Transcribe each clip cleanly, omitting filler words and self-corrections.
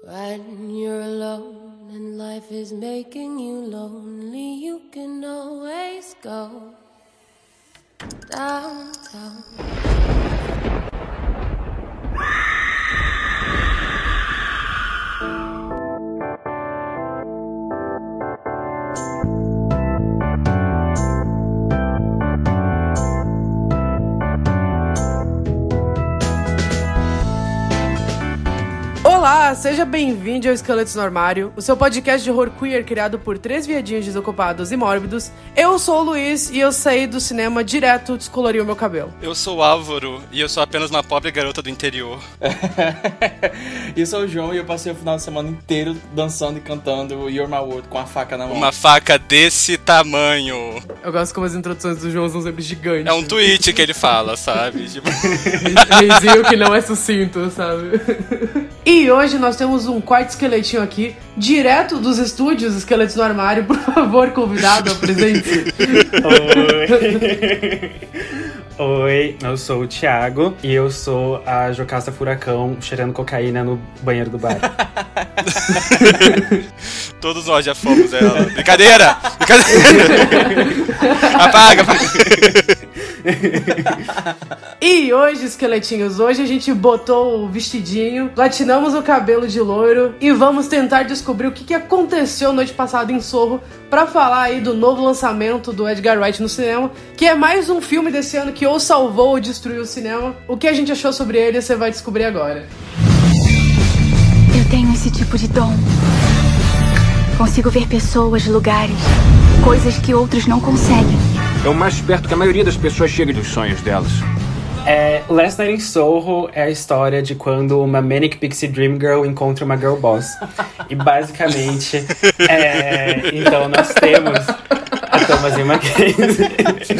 When you're alone and life is making you lonely, you can always go downtown. Olá, seja bem-vindo ao Esqueletos no Armário, o seu podcast de horror queer criado por 3 viadinhos desocupados e mórbidos. Eu sou o Luiz e eu saí do cinema direto descolorir o meu cabelo. Eu sou o Álvaro e eu sou apenas uma pobre garota do interior. Eu sou o João e eu passei o final de semana inteiro dançando e cantando You're My World com a faca na mão. Uma faca desse tamanho. Eu gosto como as introduções do João são sempre gigantes. É um tweet que ele fala, sabe? Tipo... Reizinho que não é sucinto, sabe? E hoje nós temos um quarto esqueletinho aqui, direto dos estúdios Esqueletos no Armário. Por favor, convidado, apresente-se. Oi, eu sou o Thiago e eu sou a Jocasta Furacão cheirando cocaína no banheiro do bar. Todos nós já fomos ela. Brincadeira! Apaga! E hoje, esqueletinhos, hoje a gente botou o vestidinho, platinamos o cabelo de loiro e vamos tentar descobrir o que aconteceu noite passada em Sorro pra falar aí do novo lançamento do Edgar Wright no cinema, que é mais um filme desse ano que ou salvou ou destruiu o cinema. O que a gente achou sobre ele você vai descobrir agora. Eu tenho esse tipo de dom. Consigo ver pessoas, lugares, coisas que outros não conseguem. É o mais perto que a maioria das pessoas chega dos sonhos delas. Last Night in Soho é a história de quando uma Manic Pixie Dream Girl encontra uma Girl Boss. E basicamente, então nós temos a Thomasin McKenzie.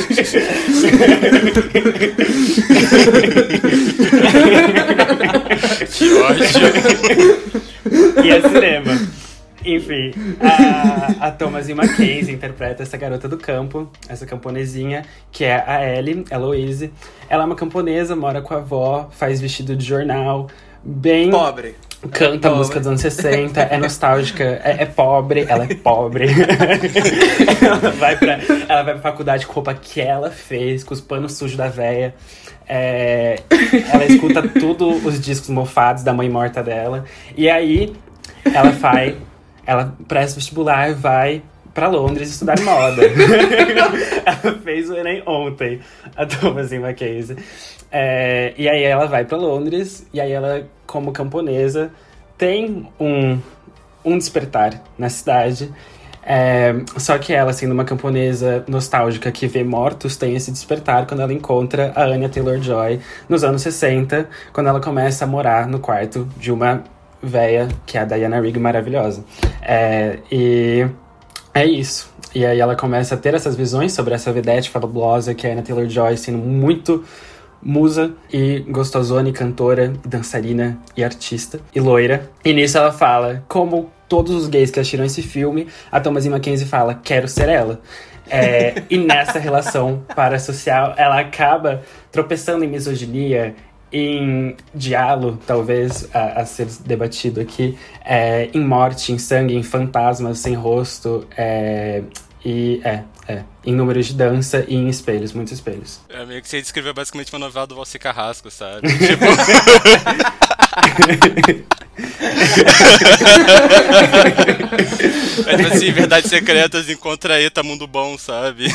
Que ódio! E é cinema. Enfim, a Thomasin McKenzie interpreta essa garota do campo, essa camponesinha, que é a Ellie, Eloise. Ela é uma camponesa, mora com a avó, faz vestido de jornal, bem... Pobre. Canta música dos anos 60, é nostálgica, é pobre, ela é pobre. ela vai pra faculdade com roupa que ela fez, com os panos sujos da véia. Ela escuta tudo os discos mofados da mãe morta dela. E aí, ela presta vestibular e vai pra Londres estudar moda. Ela fez o Enem ontem, a Thomasin McKenzie. E aí ela vai pra Londres, e aí ela, como camponesa, tem um despertar na cidade. Só que ela, sendo uma camponesa nostálgica que vê mortos, tem esse despertar quando ela encontra a Anya Taylor-Joy nos anos 60, quando ela começa a morar no quarto de uma véia, que é a Diana Rigg, maravilhosa. E é isso. E aí ela começa a ter essas visões sobre essa vedete fabulosa que é a Anya Taylor-Joy, sendo muito musa e gostosona e cantora, e dançarina e artista e loira. E nisso ela fala, como todos os gays que assistiram esse filme, a Thomasin McKenzie fala, quero ser ela. E nessa relação parasocial, ela acaba tropeçando em misoginia, em diálogo, talvez, a ser debatido aqui, em morte, em sangue, em fantasmas sem rosto, em números de dança e em espelhos, muitos espelhos. É meio que você descreveu basicamente uma novela do Valci Carrasco, sabe? Tipo... Mas assim, Verdades Secretas encontra Eta Mundo Bom, sabe?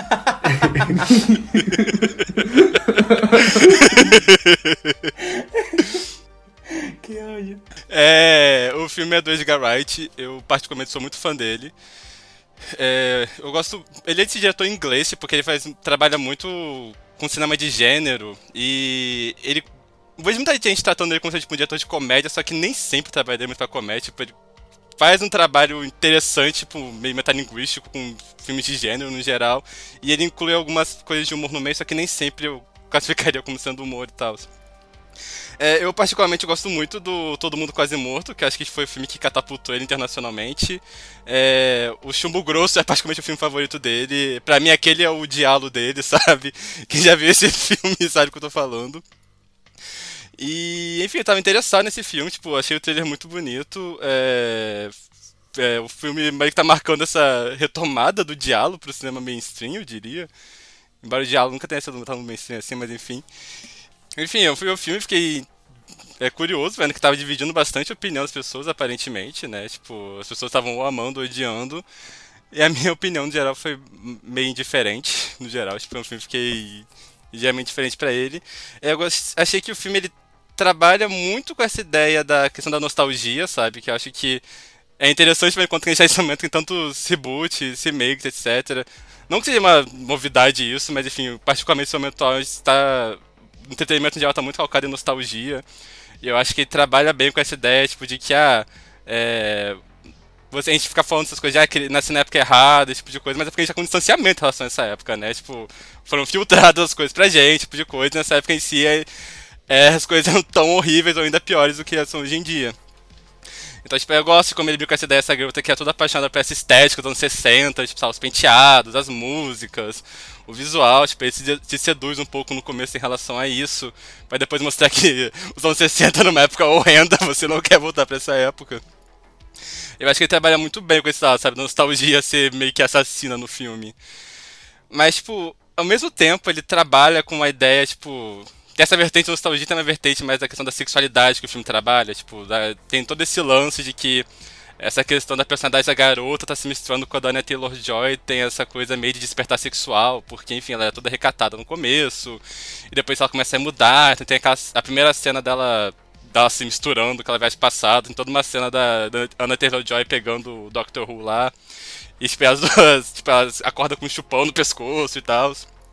Que ódio. O filme é do Edgar Wright, eu particularmente sou muito fã dele. Eu gosto. Ele é esse diretor inglês, porque ele trabalha muito com cinema de gênero. E ele. Eu vejo muita gente tratando ele como tipo, um diretor de comédia, só que nem sempre trabalha muito pra comédia. Tipo, ele faz um trabalho interessante, tipo, meio metalinguístico, com filmes de gênero no geral. E ele inclui algumas coisas de humor no meio, só que nem sempre eu classificaria como sendo humor e tal. Eu particularmente gosto muito do Todo Mundo Quase Morto, que acho que foi o filme que catapultou ele internacionalmente. O Chumbo Grosso é praticamente o filme favorito dele. Pra mim, aquele é o diálogo dele, sabe? Quem já viu esse filme sabe o que eu tô falando. E, enfim, eu tava interessado nesse filme, tipo, achei o trailer muito bonito. O filme meio que tá marcando essa retomada do diálogo pro cinema mainstream, eu diria. Embora o diálogo nunca tenha sido tão mainstream assim, mas enfim. Enfim, eu fui ao filme e fiquei curioso, vendo que tava dividindo bastante a opinião das pessoas, aparentemente, né? Tipo, as pessoas estavam ou amando ou odiando. E a minha opinião, no geral, foi meio indiferente, no geral. Tipo, é um filme que fiquei ligeiramente diferente pra ele. Achei que o filme, ele trabalha muito com essa ideia da questão da nostalgia, sabe? Que eu acho que é interessante, mas enquanto que a gente tá nesse momento tem tantos reboots, remakes, etc. Não que seja uma novidade isso, mas enfim, particularmente nesse momento atual, o entretenimento em geral tá muito calcado em nostalgia. E eu acho que ele trabalha bem com essa ideia, tipo, de que, a gente fica falando essas coisas, que nasceu na época errada, esse tipo de coisa, mas é porque a gente tá com um distanciamento em relação a essa época, né? Tipo, foram filtradas as coisas pra gente, tipo de coisa, nessa época em si, as coisas eram tão horríveis ou ainda piores do que são hoje em dia. Então, tipo, eu gosto de como ele viu com essa ideia, essa garota que é toda apaixonada por essa estética dos anos 60, tipo, sabe, os penteados, as músicas, o visual, tipo, ele se seduz um pouco no começo em relação a isso, pra depois mostrar que os anos 60 numa época horrenda, você não quer voltar pra essa época. Eu acho que ele trabalha muito bem com esse lado, sabe, nostalgia ser meio que assassina no filme. Mas, tipo, ao mesmo tempo, ele trabalha com uma ideia, tipo, tem essa vertente de nostalgia, tem uma vertente mais da questão da sexualidade que o filme trabalha, tipo, tem todo esse lance de que essa questão da personalidade da garota tá se misturando com a da Anya Taylor-Joy, tem essa coisa meio de despertar sexual, porque, enfim, ela é toda recatada no começo, e depois ela começa a mudar, então tem a primeira cena dela se misturando com ela vai passado, tem toda uma cena da Anya Taylor-Joy pegando o Doctor Who lá, e tipo, as duas, tipo, elas acordam com um chupão no pescoço e tal.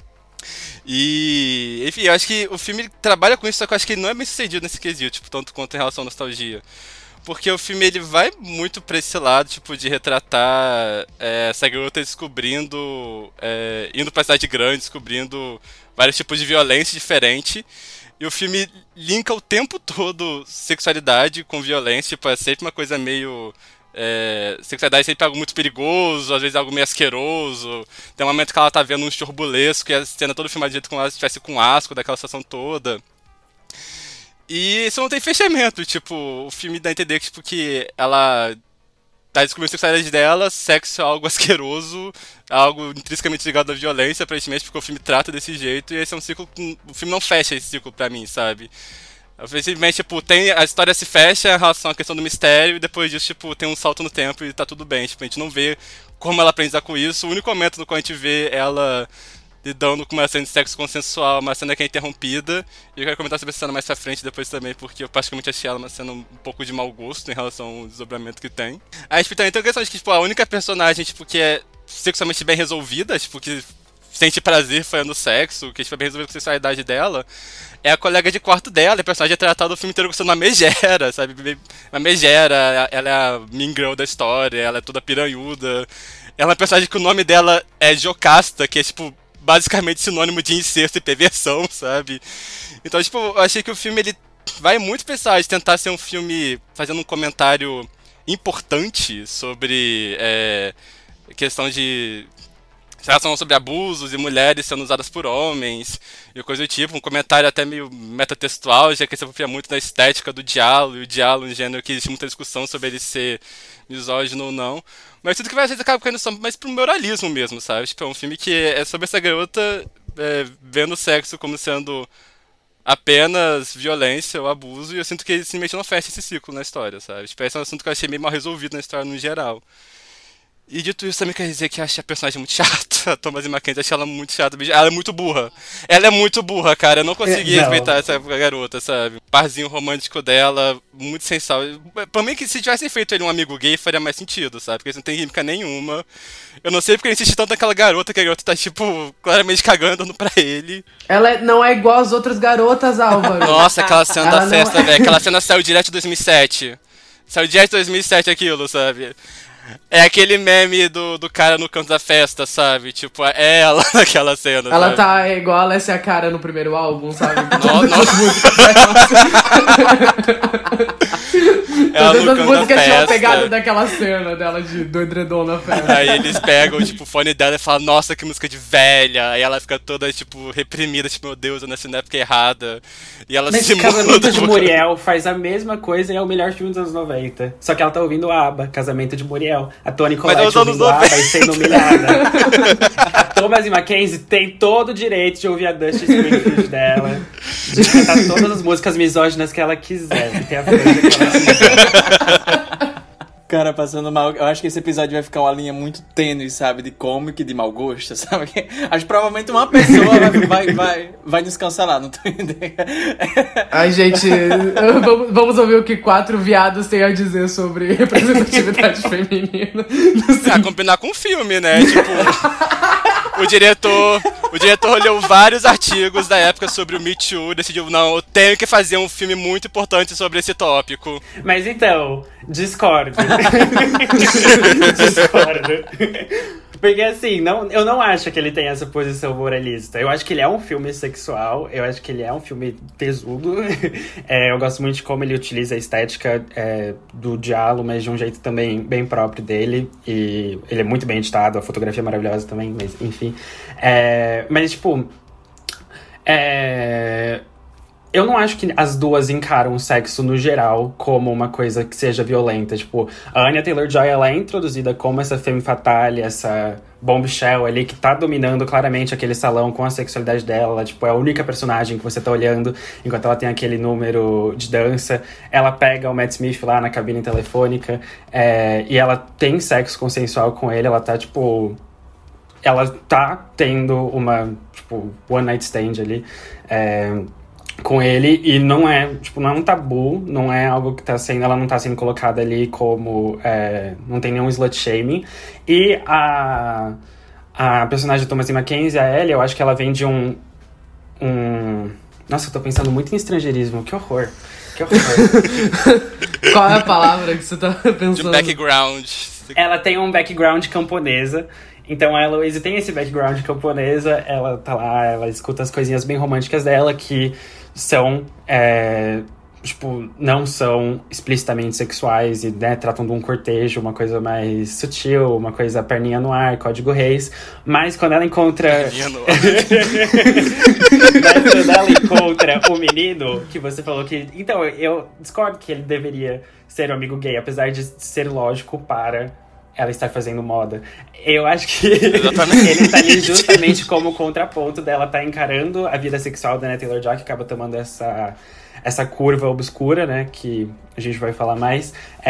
E, enfim, eu acho que o filme trabalha com isso, só que eu acho que ele não é bem sucedido nesse quesito, tipo, tanto quanto em relação à nostalgia. Porque o filme, ele vai muito pra esse lado, tipo, de retratar essa garota descobrindo, indo pra cidade grande, descobrindo vários tipos de violência diferente. E o filme linka o tempo todo sexualidade com violência, tipo, é sempre uma coisa meio... sexualidade é sempre algo muito perigoso, às vezes algo meio asqueroso. Tem um momento que ela tá vendo um show burlesco e a cena toda filmada de jeito como ela estivesse com asco daquela situação toda. E isso não tem fechamento, tipo, o filme dá a entender que, tipo, que ela tá descobrindo a sexualidade dela, sexo é algo asqueroso, algo intrinsecamente ligado à violência, aparentemente, porque o filme trata desse jeito, e esse é um ciclo que o filme não fecha esse ciclo pra mim, sabe? Simplesmente, tipo, a história se fecha em relação à questão do mistério, e depois disso, tipo, tem um salto no tempo e tá tudo bem, tipo, a gente não vê como ela aprende a lidar com isso, o único momento no qual a gente vê ela lidando com uma cena de sexo consensual, uma cena que é interrompida, e eu quero comentar sobre essa cena mais pra frente depois também, porque eu particularmente achei ela uma cena um pouco de mau gosto em relação ao desdobramento que tem. Aí, tipo, também tem a questão de que, tipo, a única personagem, tipo, que é sexualmente bem resolvida, tipo, que sente prazer fazendo sexo, que, tipo, é bem resolvida com a sexualidade dela, é a colega de quarto dela, e a personagem é tratada o filme inteiro sendo uma megera, sabe? Uma megera, ela é a mean girl da história, ela é toda piranhuda. Ela é uma personagem que o nome dela é Jocasta, que é, tipo, basicamente sinônimo de incesto e perversão, sabe? Então, tipo, eu achei que o filme, ele vai muito pensar de tentar ser um filme fazendo um comentário importante sobre questão de relação sobre abusos e mulheres sendo usadas por homens e coisa do tipo, um comentário até meio metatextual, já que se apropria muito da estética do diálogo, e o diálogo em gênero que existe muita discussão sobre ele ser misógino ou não, mas tudo que vai às vezes acaba caindo só mais pro moralismo mesmo, sabe? Tipo, é um filme que é sobre essa garota vendo o sexo como sendo apenas violência ou abuso, e eu sinto que ele simplesmente não fecha esse ciclo na história, sabe? Tipo, esse é um assunto que eu achei meio mal resolvido na história no geral. E dito isso, também quer dizer que eu achei a personagem muito chata. A Thomasin McKenzie, achei ela muito chata. Ela é muito burra. Ela é muito burra, cara. Eu não consegui respeitar essa garota, sabe? O parzinho romântico dela, muito sem sal. Pra mim, que se tivessem feito ele um amigo gay, faria mais sentido, sabe? Porque eles não tem química nenhuma. Eu não sei porque ele insiste tanto naquela garota, que a garota tá, tipo, claramente cagando, dando pra ele. Ela não é igual às outras garotas, Álvaro. Nossa, aquela cena da festa, velho. Aquela cena saiu direto de 2007. Saiu direto de 2007 aquilo, sabe? É aquele meme do cara no canto da festa, sabe? Tipo, é ela naquela cena. Ela sabe? tá igual a Alessia Cara no primeiro álbum, sabe? Ela Todas as alugando a músicas tinham festa. pegado daquela cena dela do edredom na festa. Aí eles pegam, tipo, o fone dela e falam, nossa, que música de velha. Aí ela fica toda, tipo, reprimida, tipo, meu Deus, eu nasci na época errada. E ela Mas se Casamento muda. de Muriel faz a mesma coisa e é o melhor filme dos anos 90. Só que ela tá ouvindo ABBA, Casamento de Muriel. A Toni Mas é Collette os anos ouvindo ABBA 90. e sendo humilhada. A Thomasin McKenzie tem todo o direito de ouvir a Dusty Springfield dela, de cantar todas as músicas misóginas que ela quiser, e ter a coisa que ela quiser. Cara, passando mal. Eu acho que esse episódio vai ficar uma linha muito tênue, sabe? De cômico e de mau gosto, sabe? Acho que provavelmente uma pessoa vai nos cancelar, não tô entendendo. Ai, gente, vamos ouvir o que 4 viados têm a dizer sobre representatividade feminina. Combinar com o filme, né? Tipo, o diretor olhou vários artigos da época sobre o Me Too e decidiu, não, eu tenho que fazer um filme muito importante sobre esse tópico. Mas então, discordo. Discordo. Porque assim, eu não acho que ele tem essa posição moralista. Eu acho que ele é um filme sexual, eu acho que ele é um filme tesudo. Eu gosto muito de como ele utiliza a estética do diálogo, mas de um jeito também bem próprio dele. E ele é muito bem editado, a fotografia é maravilhosa também, mas enfim. Mas tipo... Eu não acho que as duas encaram o sexo, no geral, como uma coisa que seja violenta. Tipo, a Anya Taylor-Joy, ela é introduzida como essa femme fatale, essa bombshell ali, que tá dominando claramente aquele salão com a sexualidade dela. Ela, tipo, é a única personagem que você tá olhando, enquanto ela tem aquele número de dança. Ela pega o Matt Smith lá na cabine telefônica, e ela tem sexo consensual com ele. Ela tá, tipo... Ela tá tendo uma, tipo, one night stand ali, com ele, e não é um tabu, não é algo que ela não tá sendo colocada ali como, não tem nenhum slut shaming. E a personagem de Thomasin McKenzie, a Ellie, eu acho que ela vem de um... Nossa, eu tô pensando muito em estrangeirismo, que horror. Qual é a palavra que você tá pensando? De um background. Ela tem um background camponesa. Então a Heloise tem esse background camponesa, ela tá lá, ela escuta as coisinhas bem românticas dela, que são, tipo, não são explicitamente sexuais e, né, tratam de um cortejo, uma coisa mais sutil, uma coisa perninha no ar, código reis. Mas quando ela encontra... Mas quando ela encontra o menino, que você falou que... Então, eu discordo que ele deveria ser um amigo gay, apesar de ser lógico para... ela está fazendo moda. Eu acho que ele tá ali justamente como contraponto dela tá encarando a vida sexual da Anya Taylor-Joy, que acaba tomando essa curva obscura, né, que a gente vai falar mais.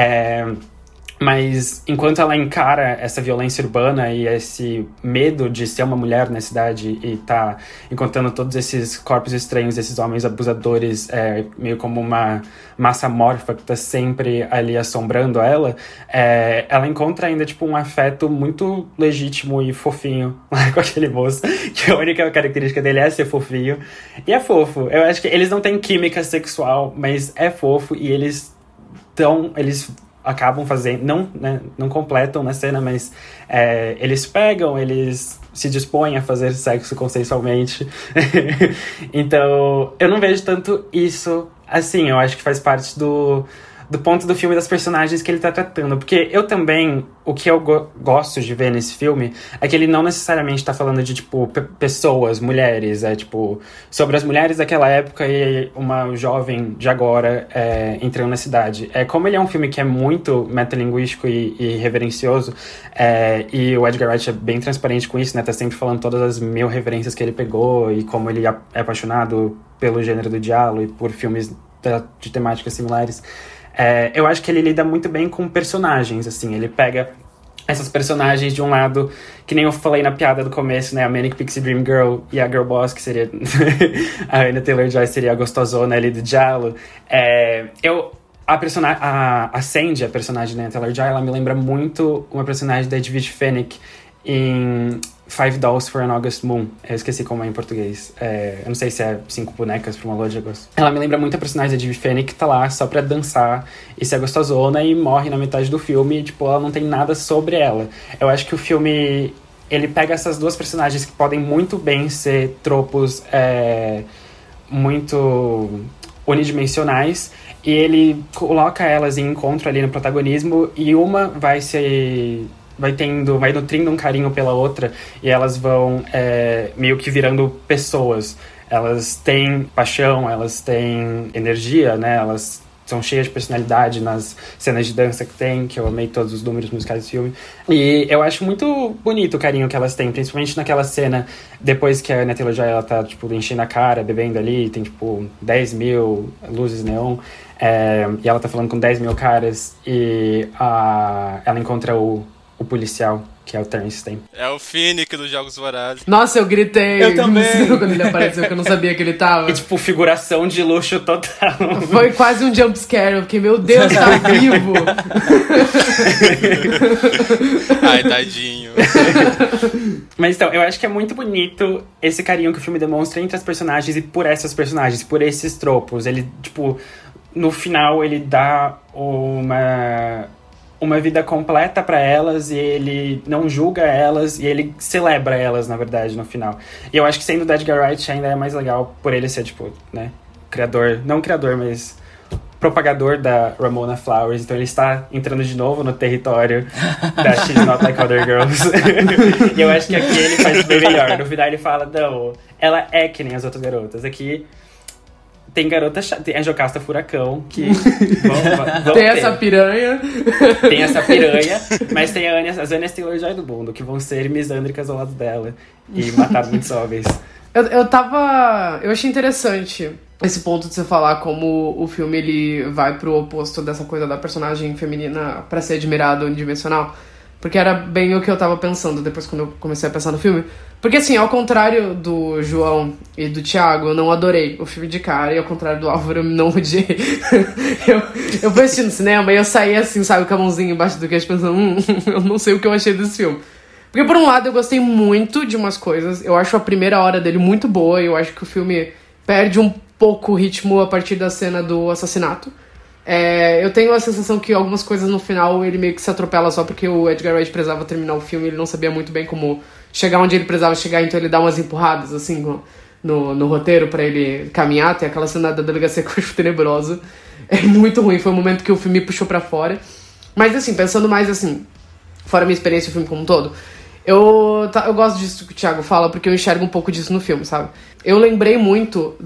Mas enquanto ela encara essa violência urbana e esse medo de ser uma mulher na cidade e tá encontrando todos esses corpos estranhos, esses homens abusadores, meio como uma massa amorfa que tá sempre ali assombrando ela, ela encontra ainda, tipo, um afeto muito legítimo e fofinho lá com aquele moço, que a única característica dele é ser fofinho. E é fofo. Eu acho que eles não têm química sexual, mas é fofo, e eles acabam fazendo, não completam na cena, mas eles pegam, eles se dispõem a fazer sexo consensualmente. Então, eu não vejo tanto isso assim. Eu acho que faz parte do ponto do filme, das personagens que ele tá tratando. Porque eu também, o que eu gosto de ver nesse filme é que ele não necessariamente tá falando de, tipo, pessoas, mulheres, tipo, sobre as mulheres daquela época e uma jovem de agora entrando na cidade. Como ele é um filme que é muito metalinguístico e reverencioso, e o Edgar Wright é bem transparente com isso, né? Tá sempre falando todas as 1000 referências que ele pegou e como ele é apaixonado pelo gênero do diálogo e por filmes de temáticas similares. Eu acho que ele lida muito bem com personagens, assim. Ele pega essas personagens de um lado, que nem eu falei na piada do começo, né? A Manic Pixie Dream Girl e a Girl Boss, que seria... a Anya Taylor-Joy seria a gostosona ali do diálogo. A Sandy, a personagem da Anya Taylor-Joy, ela me lembra muito uma personagem da Edwidge Fenech em Five Dolls for an August Moon. Eu esqueci como é em português. Eu não sei se é 5 bonecas pra uma lua de agosto. Ela me lembra muito a personagem da Edwidge Fenech, que tá lá só pra dançar e ser gostosona, e morre na metade do filme, e, tipo, ela não tem nada sobre ela. Eu acho que o filme, ele pega essas duas personagens que podem muito bem ser tropos muito unidimensionais, e ele coloca elas em encontro ali no protagonismo, e uma vai nutrindo um carinho pela outra, e elas vão meio que virando pessoas. Elas têm paixão, elas têm energia, né? Elas são cheias de personalidade nas cenas de dança que tem, que eu amei todos os números musicais do filme. E eu acho muito bonito o carinho que elas têm, principalmente naquela cena, depois que a Anya Taylor-Joy, ela tá, tipo, enchendo a cara, bebendo ali, tem, tipo, 10 mil luzes neon, e ela tá falando com 10 mil caras, e ela encontra o policial, que é o Terence Stamp. É o Finnick dos Jogos Vorazes. Nossa, eu gritei. Eu também. Quando ele apareceu, que eu não sabia que ele tava. E, tipo, figuração de luxo total. Foi quase um jump scare. Eu fiquei, meu Deus, tá vivo. Ai, tadinho. Mas então, eu acho que é muito bonito esse carinho que o filme demonstra entre as personagens e por essas personagens, por esses tropos. Ele, tipo, no final, ele dá uma vida completa pra elas, e ele não julga elas, e ele celebra elas, na verdade, no final. E eu acho que sendo o Edgar Wright ainda é mais legal por ele ser, tipo, né, mas propagador da Ramona Flowers. Então ele está entrando de novo no território da She's Not Like Other Girls. E eu acho que aqui ele faz bem melhor. No final ele fala, não, ela é que nem as outras garotas. Aqui tem garota chata, tem a Jocasta Furacão, que vão tem essa piranha. Tem essa piranha, mas tem as Anya Taylor-Joy do mundo, que vão ser misândricas ao lado dela e matar muitos homens. Eu achei interessante esse ponto de você falar como o filme ele vai pro oposto dessa coisa da personagem feminina pra ser admirada unidimensional. Porque era bem o que eu tava pensando depois quando eu comecei a pensar no filme. Porque assim, ao contrário do João e do Thiago, eu não adorei o filme de cara. E ao contrário do Álvaro, eu não odiei. eu fui assistir no cinema e eu saí assim, sabe, com a mãozinha embaixo do queixo pensando, eu não sei o que eu achei desse filme. Porque por um lado eu gostei muito de umas coisas. Eu acho a primeira hora dele muito boa. E eu acho que o filme perde um pouco o ritmo a partir da cena do assassinato. Eu tenho a sensação que algumas coisas no final ele meio que se atropela só porque o Edgar Wright precisava terminar o filme, ele não sabia muito bem como chegar onde ele precisava chegar, então ele dá umas empurradas assim no roteiro pra ele caminhar. Tem aquela cena da delegacia que eu acho tenebrosa, é muito ruim, foi um momento que o filme me puxou pra fora. Mas assim, pensando mais assim, fora a minha experiência, o filme como um todo, eu gosto disso que o Thiago fala, porque eu enxergo um pouco disso no filme, sabe? Eu lembrei muito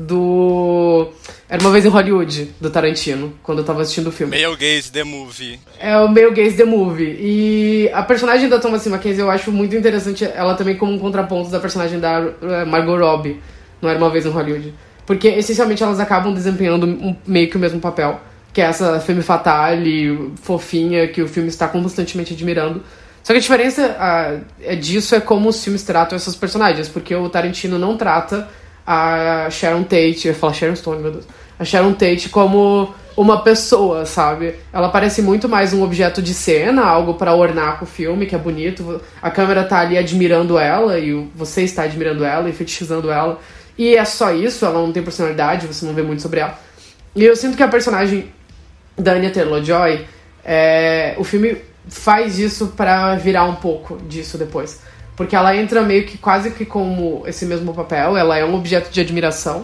do Era Uma Vez em Hollywood, do Tarantino, quando eu tava assistindo o filme. Male Gaze The Movie. É o Male Gaze The Movie. E a personagem da Thomasin McKenzie eu acho muito interessante, ela também como um contraponto da personagem da Margot Robbie, no Era Uma Vez em Hollywood. Porque, essencialmente, elas acabam desempenhando meio que o mesmo papel, que é essa femme fatale, fofinha, que o filme está constantemente admirando. Só que a diferença disso é como os filmes tratam essas personagens, porque o Tarantino não trata a Sharon Tate, eu ia falar Sharon Stone, meu Deus, a Sharon Tate como uma pessoa, sabe? Ela parece muito mais um objeto de cena, algo pra ornar com o filme, que é bonito, a câmera tá ali admirando ela, e você está admirando ela e fetichizando ela, e é só isso, ela não tem personalidade, você não vê muito sobre ela. E eu sinto que a personagem da Anya Taylor-Joy, o filme faz isso pra virar um pouco disso depois. Porque ela entra meio que quase que como esse mesmo papel, ela é um objeto de admiração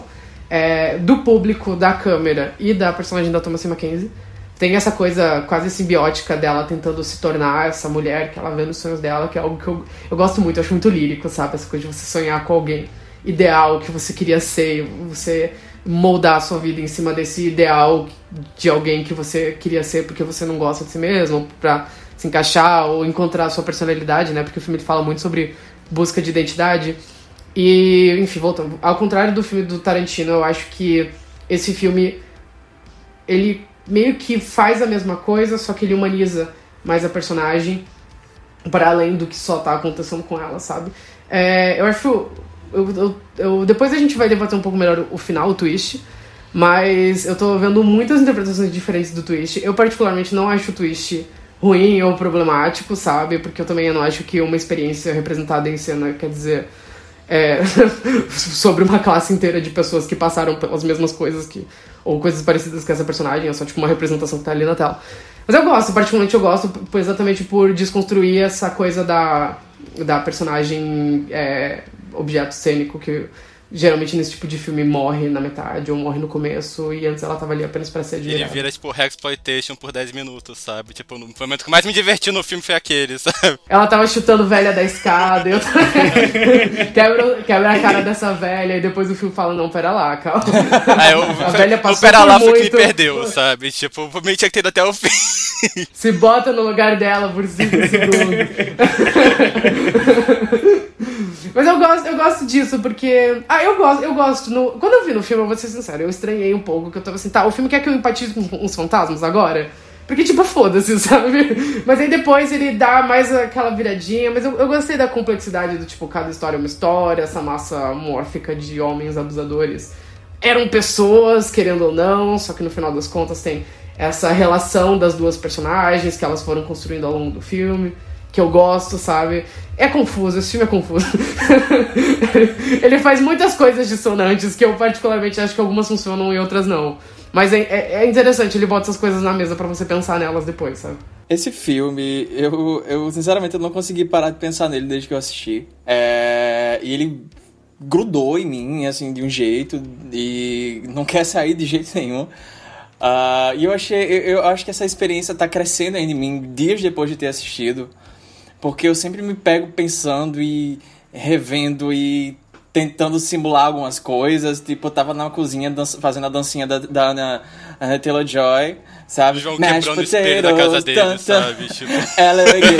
do público, da câmera e da personagem da Thomasin McKenzie. Tem essa coisa quase simbiótica dela tentando se tornar essa mulher que ela vê nos sonhos dela, que é algo que eu gosto muito, eu acho muito lírico, sabe? Essa coisa de você sonhar com alguém ideal que você queria ser, você moldar a sua vida em cima desse ideal de alguém que você queria ser porque você não gosta de si mesmo, pra se encaixar ou encontrar a sua personalidade, né? Porque o filme fala muito sobre busca de identidade. E, enfim, voltando. Ao contrário do filme do Tarantino, eu acho que esse filme, ele meio que faz a mesma coisa, só que ele humaniza mais a personagem para além do que só tá acontecendo com ela, sabe? Eu acho... depois a gente vai debater um pouco melhor o final, o twist, mas eu tô vendo muitas interpretações diferentes do twist. Eu particularmente não acho o twist ruim ou problemático, sabe? Porque eu também não acho que uma experiência representada em cena quer dizer sobre uma classe inteira de pessoas que passaram pelas mesmas coisas ou coisas parecidas com essa personagem, é só tipo uma representação que tá ali na tela. Mas eu gosto, particularmente eu gosto exatamente por desconstruir essa coisa da personagem objeto cênico que geralmente nesse tipo de filme morre na metade ou morre no começo, e antes ela tava ali apenas pra ser admirada. Ele vira, tipo, Hexploitation por 10 minutos, sabe? Tipo, o momento que mais me diverti no filme foi aquele, sabe? Ela tava chutando velha da escada, eu quebra a cara dessa velha, e depois o filme fala, não, pera lá, calma. A velha passou pera lá por foi muito. que me perdeu, sabe? Tipo, eu meio tinha que ter ido até o fim. Se bota no lugar dela por 5 segundos. Mas eu gosto disso, porque... eu gosto. Quando eu vi no filme, eu vou ser sincero, eu estranhei um pouco, que eu tava assim, tá, o filme quer que eu empatize com uns fantasmas agora? Porque, tipo, foda-se, sabe? Mas aí depois ele dá mais aquela viradinha, mas eu gostei da complexidade do, tipo, cada história é uma história, essa massa mórfica de homens abusadores. Eram pessoas, querendo ou não, só que no final das contas tem essa relação das duas personagens que elas foram construindo ao longo do filme, que eu gosto, sabe? É confuso, esse filme é confuso. Ele faz muitas coisas dissonantes que eu particularmente acho que algumas funcionam e outras não. Mas é interessante, ele bota essas coisas na mesa pra você pensar nelas depois, sabe? Esse filme, eu sinceramente eu não consegui parar de pensar nele desde que eu assisti. E ele grudou em mim, assim, de um jeito, e não quer sair de jeito nenhum. E eu acho que essa experiência tá crescendo ainda em mim dias depois de ter assistido, porque eu sempre me pego pensando e revendo e tentando simular algumas coisas. Tipo, eu tava na cozinha fazendo a dancinha da Anya Taylor-Joy, sabe? O João quebrando o espelho da casa dele, sabe? Tipo... Ela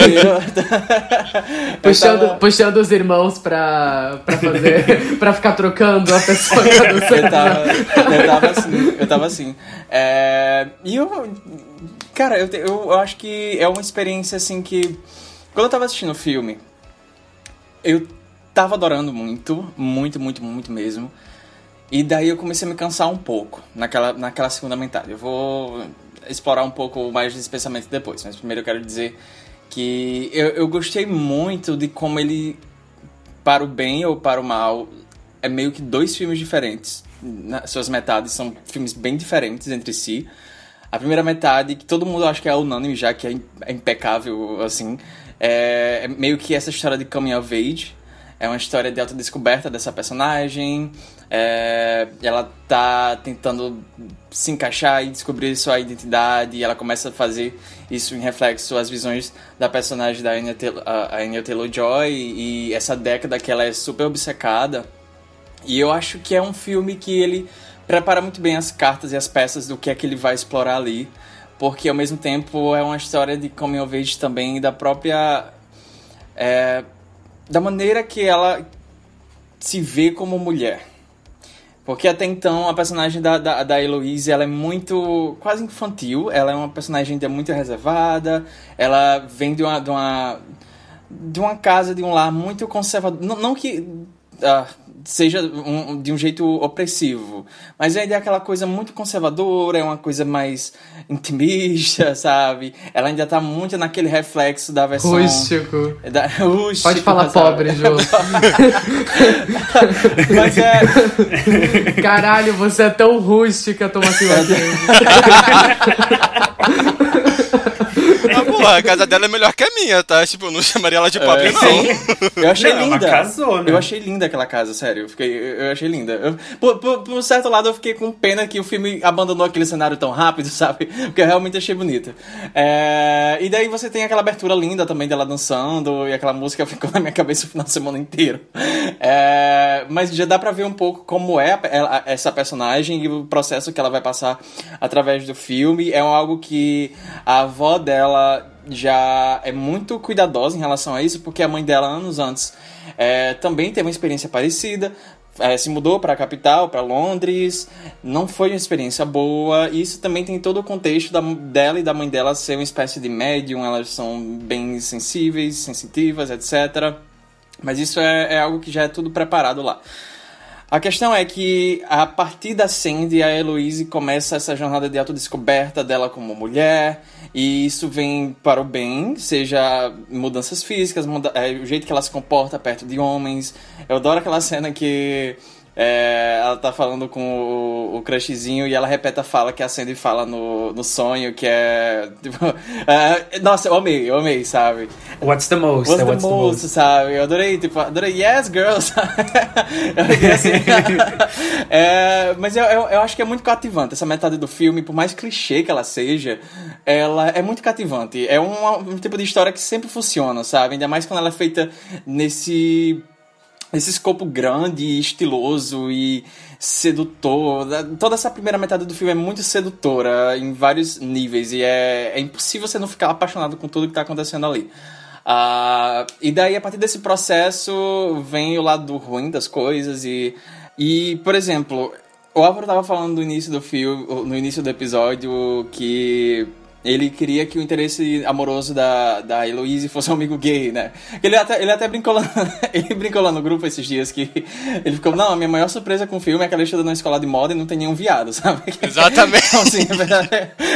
puxando os irmãos pra fazer... pra ficar trocando a pessoa que tá dançando. Eu tava assim. Cara, eu acho que é uma experiência, assim, que... Quando eu tava assistindo o filme, eu tava adorando muito mesmo. E daí eu comecei a me cansar um pouco naquela segunda metade. Eu vou explorar um pouco mais desse pensamento depois, mas primeiro eu quero dizer que eu gostei muito de como ele, para o bem ou para o mal, é meio que 2 filmes diferentes. Suas metades são filmes bem diferentes entre si. A primeira metade, que todo mundo acha que é unânime, já que é impecável, assim, é meio que essa história de coming of age. É uma história de autodescoberta dessa personagem. Ela tá tentando se encaixar e descobrir sua identidade. E ela começa a fazer isso em reflexo às visões da personagem da Anya Taylor-Joy. E essa década que ela é super obcecada. E eu acho que é um filme que ele prepara muito bem as cartas e as peças do que é que ele vai explorar ali. Porque ao mesmo tempo é uma história de coming of age também, da própria... da maneira que ela se vê como mulher. Porque até então a personagem da Heloise, ela é muito quase infantil. Ela é uma personagem ainda muito reservada. Ela vem de uma casa, de um lar muito conservador. Não que seja de um jeito opressivo, mas ainda é aquela coisa muito conservadora, é uma coisa mais intimista, sabe? Ela ainda tá muito naquele reflexo da versão... Rústico. Rústico. Pode falar pobre, Jô. Mas Caralho, você é tão rústica, Tomatinho. A casa dela é melhor que a minha, tá? Tipo, eu não chamaria ela de pobre, não. Eu achei Não, linda. ela casou, né? Eu achei linda aquela casa, sério. Eu achei linda. Por um certo lado, eu fiquei com pena que o filme abandonou aquele cenário tão rápido, sabe? Porque eu realmente achei bonita. E daí você tem aquela abertura linda também dela dançando, e aquela música ficou na minha cabeça o final de semana inteiro. Mas já dá pra ver um pouco como é essa personagem e o processo que ela vai passar através do filme. É algo que a avó dela já é muito cuidadosa em relação a isso, porque a mãe dela, anos antes, também teve uma experiência parecida, se mudou para a capital, para Londres, não foi uma experiência boa, e isso também tem todo o contexto dela e da mãe dela ser uma espécie de médium, elas são bem sensíveis, sensitivas, etc. Mas isso é algo que já é tudo preparado lá. A questão é que, a partir da Sandy, a Heloise começa essa jornada de autodescoberta dela como mulher, e isso vem para o bem, seja mudanças físicas, o jeito que ela se comporta perto de homens. Eu adoro aquela cena que ela tá falando com o crushzinho e ela repete a fala que a Sandy fala no sonho, que é... Tipo, nossa, eu amei, sabe? What's the most? What's the most, sabe? Eu adorei, yes, girl, sabe? Mas eu acho que é muito cativante. Essa metade do filme, por mais clichê que ela seja, ela é muito cativante. É um tipo de história que sempre funciona, sabe? Ainda mais quando ela é feita nesse escopo grande e estiloso e sedutor. Toda essa primeira metade do filme é muito sedutora em vários níveis e é impossível você não ficar apaixonado com tudo que tá acontecendo ali. E daí, a partir desse processo, vem o lado ruim das coisas e por exemplo, o Álvaro tava falando no início do filme, no início do episódio, que ele queria que o interesse amoroso da Heloise fosse um amigo gay, né? Ele até brincou lá no grupo esses dias que ele ficou, não, a minha maior surpresa com o filme é que ela estuda numa escola de moda e não tem nenhum viado, sabe? Exatamente. Então, sim, é verdade.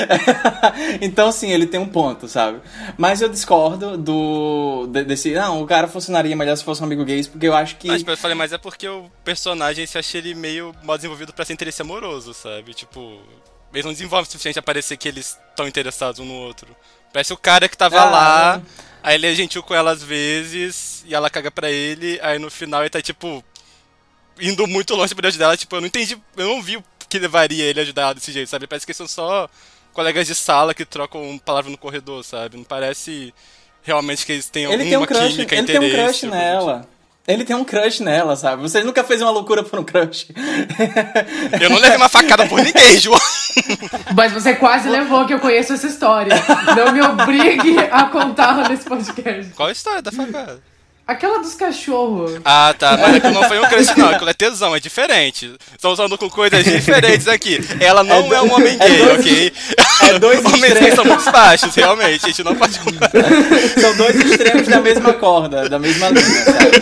Então, sim, ele tem um ponto, sabe? Mas eu discordo desse, não, o cara funcionaria melhor se fosse um amigo gay, porque eu acho que... Mas eu falei, mas é porque o personagem, se acha ele meio mal desenvolvido pra ser interesse amoroso, sabe? Tipo... Eles não desenvolvem o suficiente a parecer que eles estão interessados um no outro. Parece o cara que tava lá, aí ele é gentil com ela às vezes, e ela caga pra ele, aí no final ele tá, tipo, indo muito longe pra ele ajudar ela. Tipo, eu não vi o que levaria ele a ajudar ela desse jeito, sabe? Parece que eles são só colegas de sala que trocam palavra no corredor, sabe? Não parece realmente que eles têm alguma química, interesse. Ele tem um crush nela. Ele tem um crush nela, sabe? Você nunca fez uma loucura por um crush. Eu não levei uma facada por ninguém, João. Mas você quase levou, que eu conheço essa história. Não me obrigue a contá-la nesse podcast. Qual a história da facada? Aquela dos cachorros. Ah, tá. Mas aquilo não foi um crush, não. Aquilo é tesão, é diferente. Estão usando com coisas diferentes aqui. Ela não é um homem gay, ok? Homens gays são muito baixos, realmente. A gente não pode... São dois extremos da mesma corda, da mesma linha,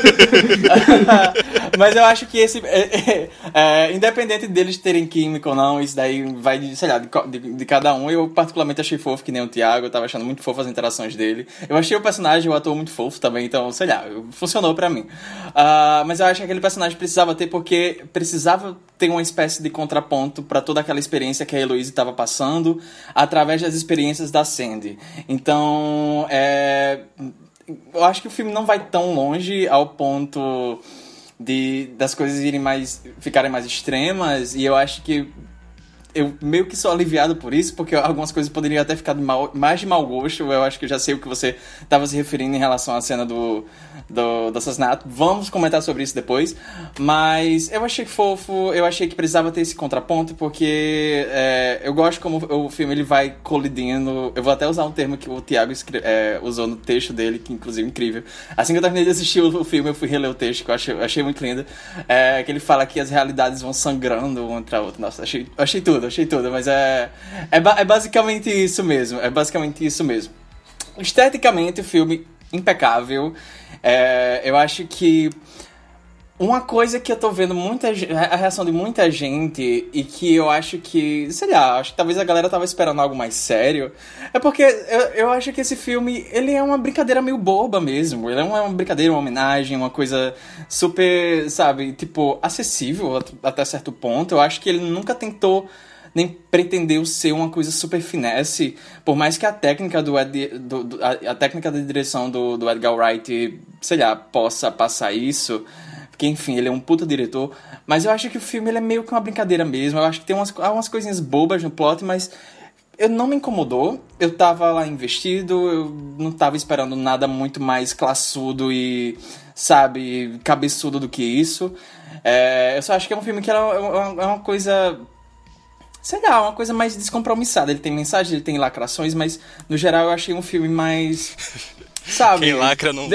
sabe? Mas eu acho que esse... independente deles terem química ou não, isso daí vai, sei lá, de cada um. Eu particularmente achei fofo, que nem o Thiago. Eu tava achando muito fofo as interações dele. Eu achei o personagem, o ator, muito fofo também. Então, sei lá, funcionou pra mim. Mas eu acho que aquele personagem precisava ter uma espécie de contraponto pra toda aquela experiência que a Heloise estava passando através das experiências da Sandy. Então, eu acho que o filme não vai tão longe ao ponto das coisas ficarem mais extremas, e eu acho que eu meio que sou aliviado por isso, porque algumas coisas poderiam até ficar mais de mau gosto. Eu acho que eu já sei o que você estava se referindo em relação à cena do assassinato. Vamos comentar sobre isso depois. Mas eu achei fofo, eu achei que precisava ter esse contraponto, porque eu gosto como o filme ele vai colidindo. Eu vou até usar um termo que o Thiago usou no texto dele, que inclusive é incrível. Assim que eu terminei de assistir o filme, eu fui reler o texto, que eu achei muito lindo. Que ele fala que as realidades vão sangrando uma contra a outra. Nossa, achei tudo, mas é basicamente isso mesmo. Esteticamente, o filme impecável. Eu acho que uma coisa que eu tô vendo a reação de muita gente, e que eu acho que, sei lá, acho que talvez a galera tava esperando algo mais sério, é porque eu acho que esse filme, ele é uma brincadeira meio boba mesmo. Ele é uma brincadeira, uma homenagem, uma coisa super, sabe, tipo, acessível até certo ponto. Eu acho que ele nunca tentou nem pretendeu ser uma coisa super finesse, por mais que a técnica a técnica de direção do Edgar Wright, sei lá, possa passar isso, porque enfim, ele é um puta diretor, mas eu acho que o filme ele é meio que uma brincadeira mesmo. Eu acho que tem umas coisinhas bobas no plot, mas não me incomodou. Eu tava lá investido, eu não tava esperando nada muito mais classudo e, sabe, cabeçudo do que isso. Eu só acho que é um filme que é uma coisa... sei lá, uma coisa mais descompromissada. Ele tem mensagem, ele tem lacrações, mas no geral eu achei um filme mais... sabe? Quem lacra não...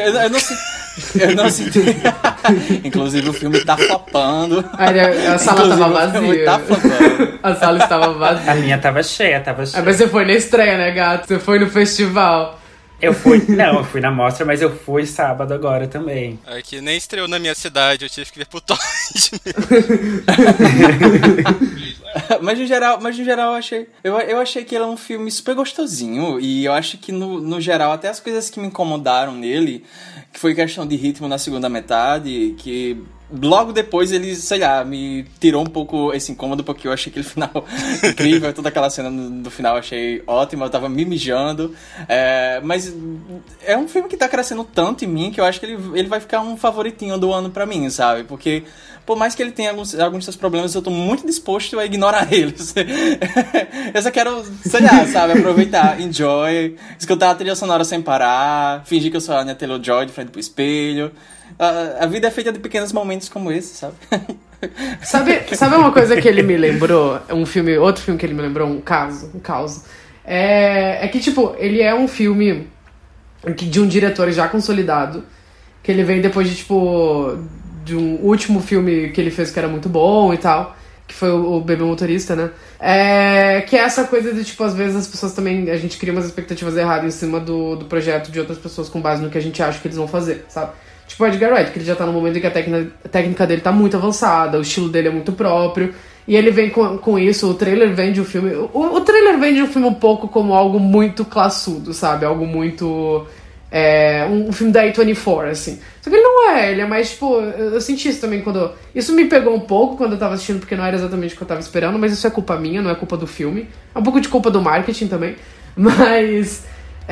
Eu não senti... Inclusive o filme tá flopando. A sala tava vazia. O filme tá flopando. A sala estava vazia. A minha tava cheia. Mas você foi na estreia, né, gato? Você foi no festival. Eu fui na mostra, mas eu fui sábado agora também. É que nem estreou na minha cidade, eu tive que ver pro Torrent. Mas no geral eu achei que ele é um filme super gostosinho, e eu acho que no geral até as coisas que me incomodaram nele, que foi questão de ritmo na segunda metade, que logo depois ele, sei lá, me tirou um pouco esse incômodo, porque eu achei aquele final incrível, toda aquela cena do final eu achei ótima, eu tava me mijando. Mas é um filme que tá crescendo tanto em mim que eu acho que ele vai ficar um favoritinho do ano pra mim, sabe? Porque por mais que ele tenha alguns seus problemas, eu tô muito disposto a ignorar eles. Eu só quero, sei lá, sabe, aproveitar, enjoy, escutar a trilha sonora sem parar, fingir que eu sou a Anya Taylor-Joy de frente pro espelho. A vida é feita de pequenos momentos como esse, sabe? Sabe uma coisa que ele me lembrou? Outro filme que ele me lembrou, um caos. É que, tipo, ele é um filme de um diretor já consolidado, que ele vem depois de, tipo, de um último filme que ele fez que era muito bom e tal, que foi o Bebê Motorista, né? Que é essa coisa de, tipo, às vezes as pessoas também, a gente cria umas expectativas erradas em cima do projeto de outras pessoas com base no que a gente acha que eles vão fazer, sabe? Tipo o Edgar Wright, que ele já tá no momento em que a técnica dele tá muito avançada, o estilo dele é muito próprio, e ele vem com isso, o trailer vende o filme... O trailer vende o filme um pouco como algo muito classudo, sabe? Algo muito... um filme da A24, assim. Só que ele não é, ele é mais, tipo... Eu senti isso também quando... Isso me pegou um pouco quando eu tava assistindo, porque não era exatamente o que eu tava esperando, mas isso é culpa minha, não é culpa do filme. É um pouco de culpa do marketing também. Mas...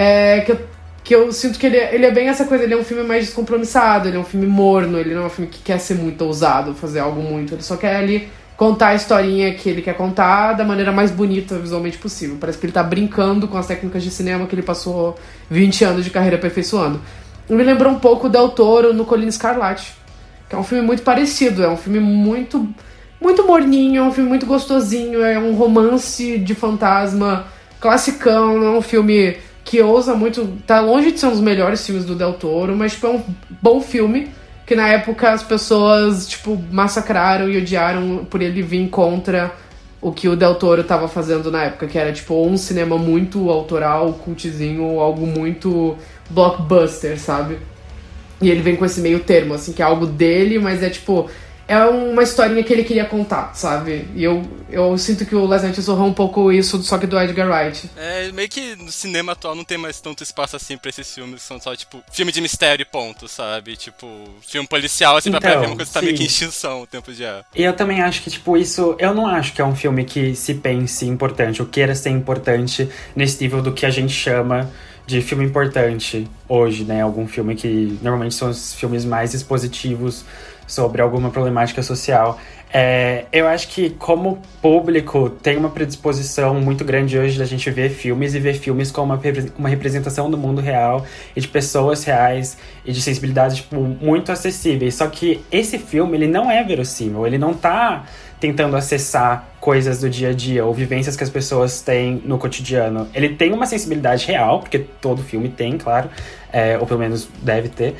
que eu sinto que ele é bem essa coisa, ele é um filme mais descompromissado, ele é um filme morno, ele não é um filme que quer ser muito ousado, fazer algo muito, ele só quer ali contar a historinha que ele quer contar da maneira mais bonita visualmente possível. Parece que ele tá brincando com as técnicas de cinema que ele passou 20 anos de carreira aperfeiçoando. Me lembrou um pouco Del Toro no Colina Escarlate, que é um filme muito parecido, é um filme muito, muito morninho, é um filme muito gostosinho, é um romance de fantasma classicão, não é um filme que ousa muito, tá longe de ser um dos melhores filmes do Del Toro, mas tipo, é um bom filme, que na época as pessoas tipo, massacraram e odiaram por ele vir contra o que o Del Toro tava fazendo na época, que era tipo um cinema muito autoral, cultzinho, algo muito blockbuster, sabe? E ele vem com esse meio termo, assim, que é algo dele, mas é tipo... É uma historinha que ele queria contar, sabe? E eu sinto que o Les Angeles honrou um pouco isso, só que do Edgar Wright. Meio que no cinema atual não tem mais tanto espaço assim pra esses filmes que são só, tipo, filme de mistério e ponto, sabe? Tipo, filme policial, assim, então, pra ver uma coisa que tá meio que em extinção o tempo de ar. E eu também acho que, tipo, isso... Eu não acho que é um filme que se pense importante, ou queira ser importante nesse nível do que a gente chama de filme importante hoje, né? Algum filme que normalmente são os filmes mais expositivos sobre alguma problemática social. Eu acho que, como público, tem uma predisposição muito grande hoje da gente ver filmes e ver filmes como uma representação do mundo real e de pessoas reais e de sensibilidades, tipo, muito acessíveis. Só que esse filme, ele não é verossímil, ele não tá tentando acessar coisas do dia a dia ou vivências que as pessoas têm no cotidiano. Ele tem uma sensibilidade real, porque todo filme tem, claro, ou pelo menos deve ter,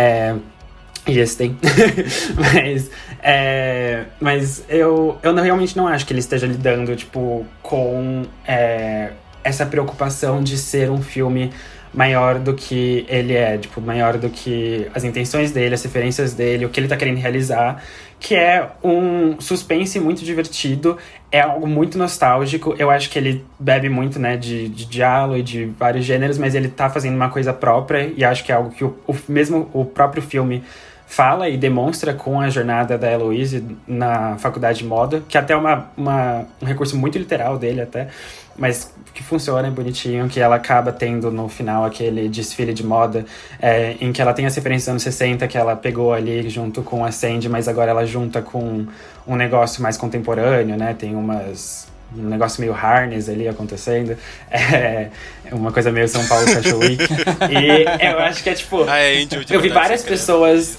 e esse tem. mas eu realmente não acho que ele esteja lidando, tipo, com essa preocupação de ser um filme maior do que ele é, tipo, maior do que as intenções dele, as referências dele, o que ele tá querendo realizar, que é um suspense muito divertido, é algo muito nostálgico. Eu acho que ele bebe muito, né, de diálogo e de vários gêneros, mas ele tá fazendo uma coisa própria, e acho que é algo que o próprio filme fala e demonstra com a jornada da Heloise na faculdade de moda, que até é um recurso muito literal dele até, mas que funciona bonitinho, que ela acaba tendo no final aquele desfile de moda, em que ela tem as referências dos anos 60 que ela pegou ali junto com a Sandy, mas agora ela junta com um negócio mais contemporâneo, né? Tem um negócio meio harness ali acontecendo. Uma coisa meio São Paulo Fashion Week. E eu acho que é tipo... eu vi várias pessoas...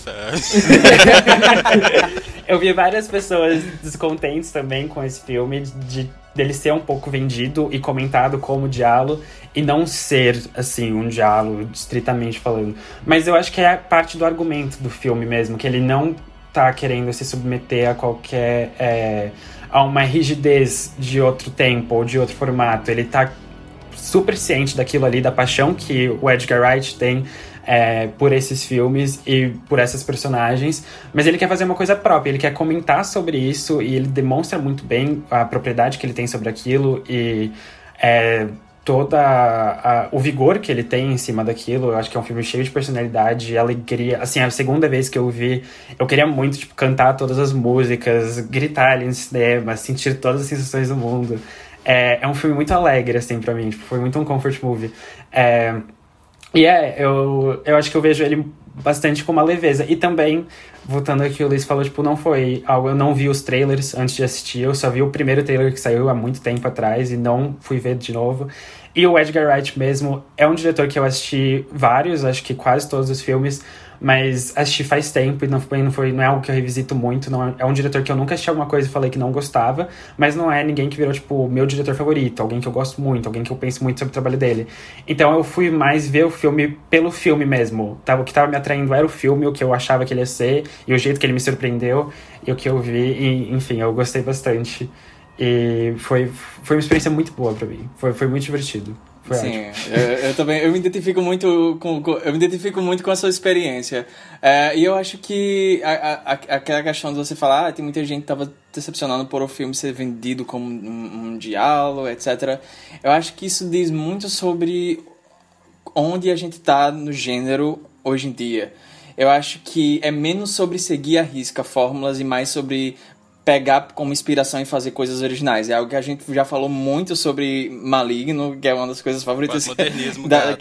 eu vi várias pessoas descontentes também com esse filme, dele ser um pouco vendido e comentado como diálogo, e não ser, assim, um diálogo estritamente falando. Mas eu acho que é parte do argumento do filme mesmo, que ele não tá querendo se submeter a qualquer... a uma rigidez de outro tempo ou de outro formato. Ele tá super ciente daquilo ali, da paixão que o Edgar Wright tem por esses filmes e por essas personagens, mas ele quer fazer uma coisa própria, ele quer comentar sobre isso, e ele demonstra muito bem a propriedade que ele tem sobre aquilo, e o vigor que ele tem em cima daquilo. Eu acho que é um filme cheio de personalidade, alegria. Assim, a segunda vez que eu vi, eu queria muito, tipo, cantar todas as músicas, gritar ali no cinema, sentir todas as sensações do mundo. É um filme muito alegre, assim, pra mim. Tipo, foi muito um comfort movie. Eu acho que eu vejo ele bastante com uma leveza. E também, voltando ao que o Luiz falou, tipo, não foi algo... Eu não vi os trailers antes de assistir. Eu só vi o primeiro trailer que saiu há muito tempo atrás e não fui ver de novo. E o Edgar Wright mesmo é um diretor que eu assisti vários, acho que quase todos os filmes, mas assisti faz tempo e não é algo que eu revisito muito. Não é um diretor que eu nunca assisti alguma coisa e falei que não gostava, mas não é ninguém que virou, tipo, meu diretor favorito, alguém que eu gosto muito, alguém que eu penso muito sobre o trabalho dele. Então eu fui mais ver o filme pelo filme mesmo. O que tava me atraindo era o filme, o que eu achava que ele ia ser, e o jeito que ele me surpreendeu, e o que eu vi, e, enfim, eu gostei bastante. E foi uma experiência muito boa pra mim. Foi muito divertido. Foi Sim, ótimo. eu também eu me identifico muito com a sua experiência. E eu acho que aquela questão de você falar, tem muita gente que tava decepcionando por o filme ser vendido como um diálogo, etc. Eu acho que isso diz muito sobre onde a gente tá no gênero hoje em dia. Eu acho que é menos sobre seguir à risca fórmulas e mais sobre pegar como inspiração e fazer coisas originais. É algo que a gente já falou muito sobre Maligno, que é uma das coisas favoritas. Modernismo, gata.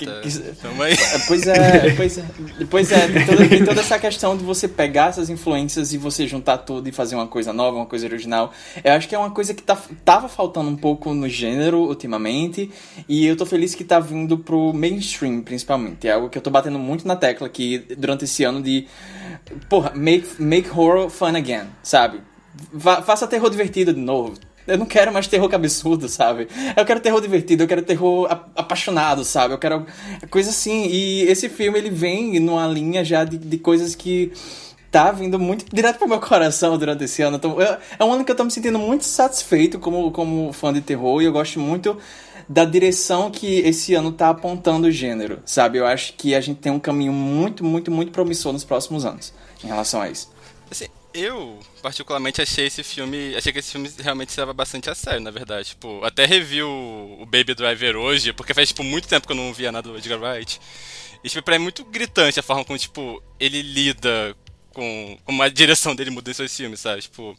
Pois é. Tem toda essa questão de você pegar essas influências e você juntar tudo e fazer uma coisa nova, uma coisa original. Eu acho que é uma coisa que tava faltando um pouco no gênero ultimamente, e eu tô feliz que tá vindo pro mainstream, principalmente. É algo que eu tô batendo muito na tecla aqui durante esse ano de... Porra, make horror fun again, sabe? Faça terror divertido de novo. Eu não quero mais terror cabeçudo, sabe? Eu quero terror divertido, eu quero terror apaixonado, sabe? Eu quero coisa assim. E esse filme, ele vem numa linha já de coisas que tá vindo muito direto pro meu coração durante esse ano. Então, é um ano que eu tô me sentindo muito satisfeito como fã de terror, e eu gosto muito da direção que esse ano tá apontando o gênero, sabe? Eu acho que a gente tem um caminho muito, muito, muito promissor nos próximos anos em relação a isso. Assim, eu, particularmente, achei que esse filme realmente se leva bastante a sério, na verdade. Tipo, até revi o Baby Driver hoje, porque faz, tipo, muito tempo que eu não via nada do Edgar Wright. E, tipo, pra mim é muito gritante a forma como, tipo, ele lida com como a direção dele muda em seus filmes, sabe? Tipo,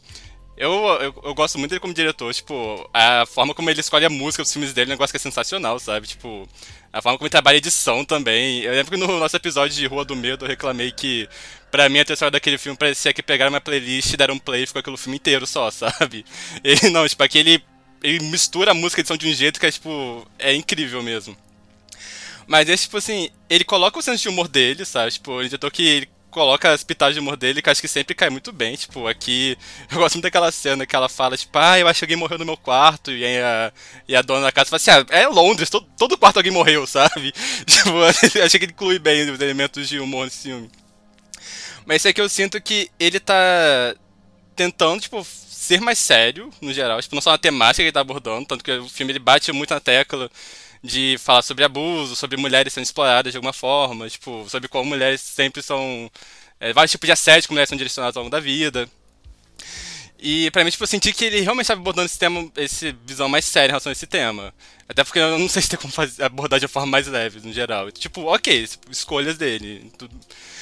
eu gosto muito dele como diretor, tipo, a forma como ele escolhe a música dos filmes dele é um negócio que é sensacional, sabe? Tipo, a forma como ele trabalha a edição também. Eu lembro que no nosso episódio de Rua do Medo eu reclamei que, pra mim, a trilha sonora daquele filme parecia que pegaram uma playlist e deram um play e ficou aquele filme inteiro só, sabe? Ele não, tipo, aqui ele mistura a música e a edição de um jeito que é, tipo, é incrível mesmo. Mas esse, tipo assim, ele coloca o senso de humor dele, sabe? Tipo, o diretor que ele coloca as pitadas de humor dele, que acho que sempre cai muito bem. Tipo, aqui, eu gosto muito daquela cena que ela fala, tipo, eu acho que alguém morreu no meu quarto, e a dona da casa fala assim, é Londres, todo quarto alguém morreu, sabe? Tipo, achei que ele inclui bem os elementos de humor nesse filme. Mas isso é que eu sinto que ele tá tentando, tipo, ser mais sério, no geral. Tipo, não só na temática que ele tá abordando, tanto que o filme ele bate muito na tecla de falar sobre abuso, sobre mulheres sendo exploradas de alguma forma, tipo, sobre como mulheres sempre são... vários tipos de assédio que mulheres são direcionadas ao longo da vida. E pra mim, tipo, eu senti que ele realmente estava abordando essa visão mais séria em relação a esse tema. Até porque eu não sei se tem como abordar de uma forma mais leve, no geral. Tipo, ok, escolhas dele, tudo.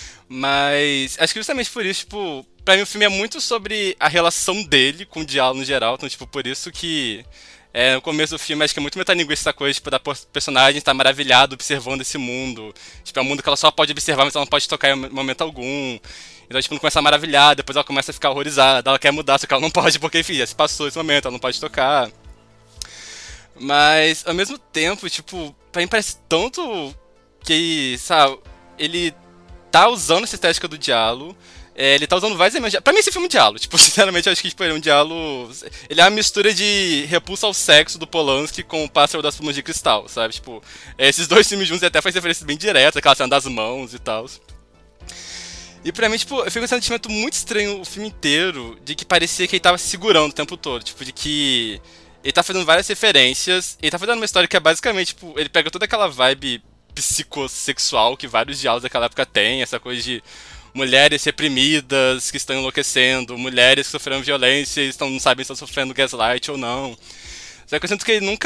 Mas acho que justamente por isso, tipo, pra mim o filme é muito sobre a relação dele com o diálogo no geral, então, tipo, por isso que... no começo do filme, acho que é muito metalinguística essa coisa, tipo, da personagem estar maravilhada observando esse mundo. Tipo, é um mundo que ela só pode observar, mas ela não pode tocar em momento algum. Então, tipo, ela começa a maravilhar, depois ela começa a ficar horrorizada, ela quer mudar, só que ela não pode, porque, enfim, já se passou esse momento, ela não pode tocar. Mas, ao mesmo tempo, tipo, pra mim parece tanto que, sabe, ele tá usando essa estética do diálogo. Ele tá usando vários elementos. Pra mim, esse filme é um diálogo. Tipo, sinceramente, eu acho que tipo, ele é um diálogo. Ele é uma mistura de Repulsa ao Sexo do Polanski com o Pássaro das Plumas de Cristal, sabe? Tipo, esses dois filmes juntos até faz referência bem direta, aquela cena das mãos e tal. E pra mim, tipo, eu fico com um sentimento muito estranho o filme inteiro, de que parecia que ele tava se segurando o tempo todo. Tipo, de que ele tá fazendo várias referências, ele tá fazendo uma história que é basicamente, tipo, ele pega toda aquela vibe psicossexual que vários diálogos daquela época têm, essa coisa de mulheres reprimidas que estão enlouquecendo, mulheres que sofreram violência e não sabem se estão sofrendo gaslight ou não. Só que eu sinto que ele nunca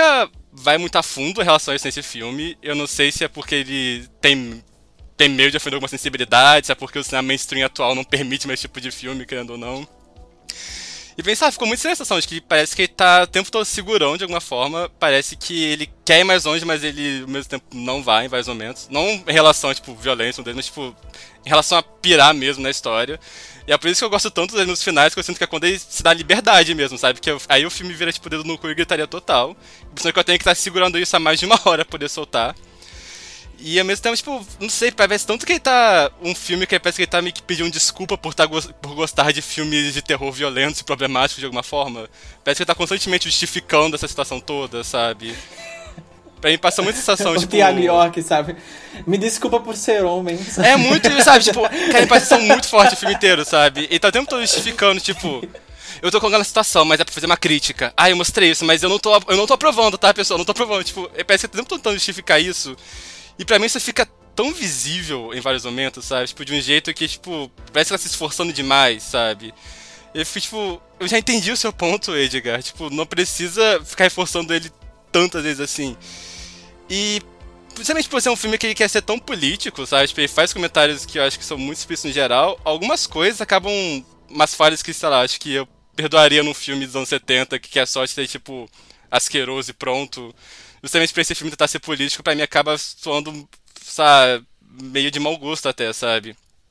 vai muito a fundo em relação a isso nesse filme. Eu não sei se é porque ele tem medo de ofender alguma sensibilidade, se é porque o cinema mainstream atual não permite mais esse tipo de filme, querendo ou não. E pensar, ficou muito sem sensação de que parece que ele tá o tempo todo segurão de alguma forma. Parece que ele quer ir mais longe, mas ele ao mesmo tempo não vai em vários momentos. Não em relação a, tipo, violência, mas tipo, em relação a pirar mesmo na história. E é por isso que eu gosto tanto dele nos finais, que eu sinto que é quando ele se dá liberdade mesmo, sabe? Que aí o filme vira, tipo, dedo no cu e gritaria total. Por isso que eu tenho que estar segurando isso há mais de 1 hora pra poder soltar. E ao mesmo tempo, tipo, não sei, parece tanto que ele tá um filme que parece que ele tá meio que pedindo desculpa por gostar de filmes de terror violentos e problemáticos de alguma forma. Parece que ele tá constantemente justificando essa situação toda, sabe? Pra mim passa muita sensação, o tipo... Thiago York, sabe? Me desculpa por ser homem. Sabe? É muito, sabe? Tipo, cara, me parece muito forte o filme inteiro, sabe? E tá o tempo todo justificando, tipo... Eu tô colocando a situação, mas é pra fazer uma crítica. Ah, eu mostrei isso, mas eu não tô aprovando, tá, pessoal? Eu não tô aprovando. Tipo, parece que tá o tempo todo tentando justificar isso. E pra mim isso fica tão visível em vários momentos, sabe? Tipo, de um jeito que, tipo, parece que ela se esforçando demais, sabe? Eu fico, tipo, eu já entendi o seu ponto, Edgar. Tipo, não precisa ficar reforçando ele tantas vezes assim. E, principalmente por ser um filme que ele quer ser tão político, sabe? Tipo, ele faz comentários que eu acho que são muito explícitos no geral. Algumas coisas acabam umas falhas que, sei lá, acho que eu perdoaria num filme dos anos 70, que quer só ser, tipo, asqueroso e pronto. Justamente pra esse filme tentar ser político, pra mim acaba soando, sabe, meio de mau gosto até, sabe?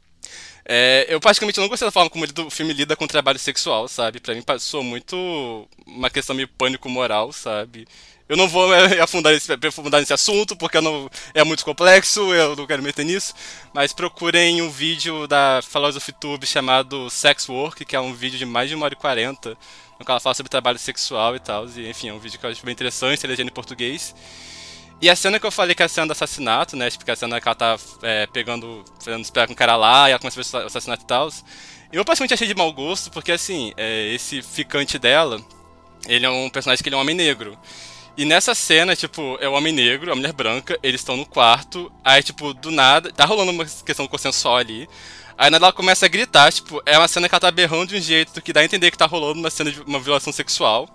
Eu praticamente não gostei da forma como o filme lida com o trabalho sexual, sabe? Pra mim passou muito uma questão meio pânico moral, sabe? Eu não vou aprofundar nesse assunto, porque é muito complexo, eu não quero meter nisso, mas procurem um vídeo da Philosophy Tube chamado Sex Work, que é um vídeo de mais de 1h40, no qual ela fala sobre trabalho sexual e tal, e enfim, é um vídeo que eu acho bem interessante, legenda em português. E a cena que eu falei que é a cena do assassinato, né, tipo, a cena que ela tá fazendo espera com o cara lá, e ela começa a ver o assassinato e tal, eu praticamente achei de mau gosto, porque assim, esse ficante dela, ele é um personagem que ele é um homem negro. E nessa cena, tipo, é o homem negro, a mulher branca, eles estão no quarto, aí, tipo, do nada, tá rolando uma questão consensual ali, aí nada ela começa a gritar, tipo, é uma cena que ela tá berrando de um jeito que dá a entender que tá rolando uma cena de uma violação sexual.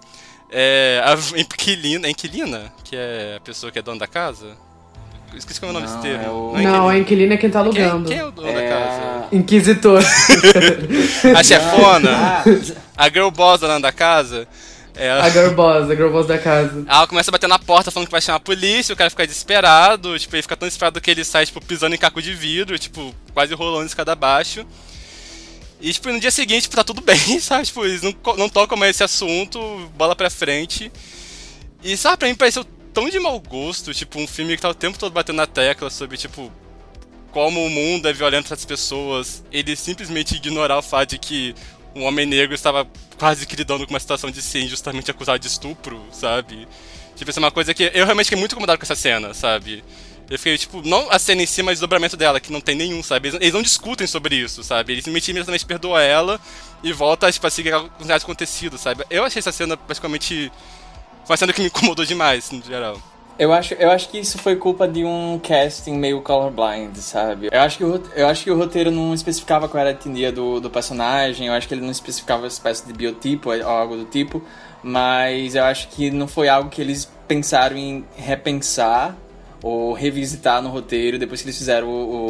A inquilina, que é a pessoa que é dona da casa? Esqueci como é o nome desse termo. Não, a inquilina é quem tá alugando. Quem é o dono da casa? Inquisitor. A chefona, a girl boss da dona da casa. A girl boss da casa. Ela começa a bater na porta falando que vai chamar a polícia, o cara fica desesperado, tipo, ele fica tão desesperado que ele sai, tipo, pisando em caco de vidro, tipo, quase rolando escada abaixo. E, tipo, no dia seguinte, tipo, tá tudo bem, sabe? Tipo, eles não tocam mais esse assunto, bola pra frente. E, sabe, pra mim pareceu tão de mau gosto, tipo, um filme que tá o tempo todo batendo na tecla sobre, tipo, como o mundo é violento para as pessoas. Ele simplesmente ignorar o fato de que um homem negro estava quase que lidando com uma situação de ser injustamente acusado de estupro, sabe? Tipo, essa é uma coisa que eu realmente fiquei muito incomodado com essa cena, sabe? Eu fiquei, tipo, não a cena em si, mas o desdobramento dela, que não tem nenhum, sabe? Eles não discutem sobre isso, sabe? Eles imediatamente perdoam ela e volta, tipo, a seguir com os acontecidos, sabe? Eu achei essa cena, basicamente, uma cena que me incomodou demais, no geral. Eu acho que isso foi culpa de um casting meio colorblind, sabe? Eu acho que o roteiro não especificava qual era a etnia do personagem, eu acho que ele não especificava a espécie de biotipo ou algo do tipo, mas eu acho que não foi algo que eles pensaram em repensar ou revisitar no roteiro depois que eles fizeram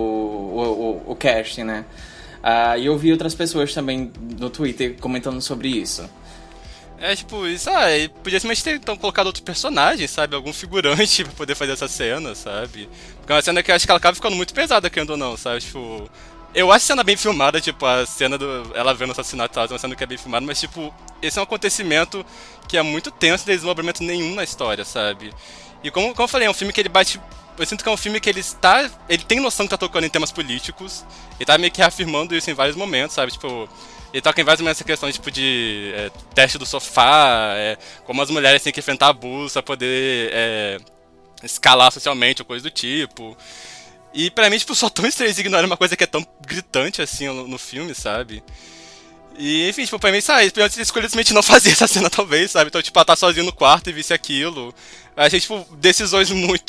o casting, né? E eu vi outras pessoas também no Twitter comentando sobre isso. Tipo, isso, podia simplesmente ter então, colocado outro personagem, sabe? Algum figurante pra poder fazer essa cena, sabe? Porque é uma cena que eu acho que ela acaba ficando muito pesada, querendo ou não, sabe? Tipo, eu acho a cena bem filmada, tipo, a cena ela vendo o assassinato e tal, é uma cena que é bem filmada, mas, tipo, esse é um acontecimento que é muito tenso, sem desenvolvimento nenhum na história, sabe? E como eu falei, é um filme que ele bate... Eu sinto que é um filme que ele tem noção que tá tocando em temas políticos, ele tá meio que reafirmando isso em vários momentos, sabe? Tipo... Ele toca em vários momentos essa questão tipo, de teste do sofá, como as mulheres têm que enfrentar abuso pra poder escalar socialmente ou coisa do tipo. E pra mim, tipo, só tão estranho ignorar uma coisa que é tão gritante assim no filme, sabe? E enfim, tipo, pra mim, sabe, eles escolheram simplesmente não fazer essa cena talvez, sabe? Então, tipo, ela tá sozinha no quarto e visse aquilo. Eu achei, tipo, decisões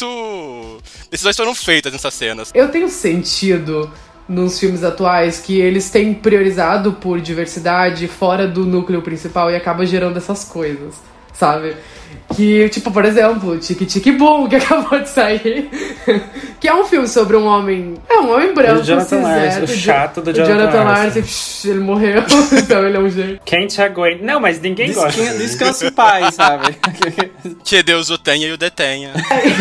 foram feitas nessas cenas. Eu tenho sentido nos filmes atuais que eles têm priorizado por diversidade fora do núcleo principal e acaba gerando essas coisas, sabe? Que, tipo, por exemplo, Tique Tique Boom, que acabou de sair. Que é um filme sobre um homem... É um homem branco, O Jonathan Lars, o chato do Jonathan Lars. Ele morreu, então ele é um gênio. Quem te aguenta? Não, mas ninguém gosta. Descansa em paz, sabe? Que Deus o tenha e o detenha.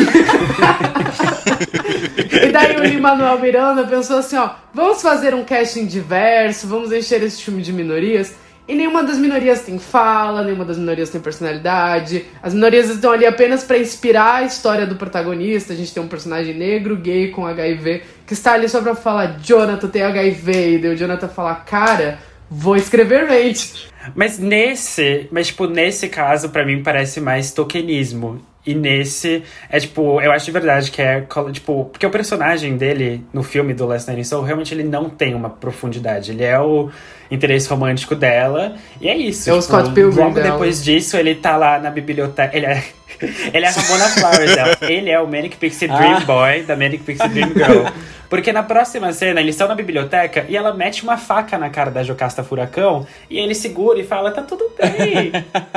E daí o Lin-Manuel Miranda pensou assim, ó, vamos fazer um casting diverso, vamos encher esse filme de minorias. E nenhuma das minorias tem fala, nenhuma das minorias tem personalidade. As minorias estão ali apenas pra inspirar a história do protagonista. A gente tem um personagem negro, gay, com HIV, que está ali só pra falar, Jonathan tem HIV. E daí o Jonathan fala, cara, vou escrever mente. Mas tipo, nesse caso, pra mim, parece mais tokenismo. E nesse, tipo, eu acho de verdade que é, tipo... Porque o personagem dele, no filme do Last Night in Soho, realmente ele não tem uma profundidade. Ele é o interesse romântico dela, e é isso. É o Scott Pilgrim logo dela. Depois disso, ele tá lá na biblioteca... Ele é a Ramona Flowers dela. Ele é o Manic Pixie Dream Boy da Manic Pixie Dream Girl. Porque na próxima cena, eles estão na biblioteca e ela mete uma faca na cara da Jocasta Furacão e ele segura e fala, tá tudo bem.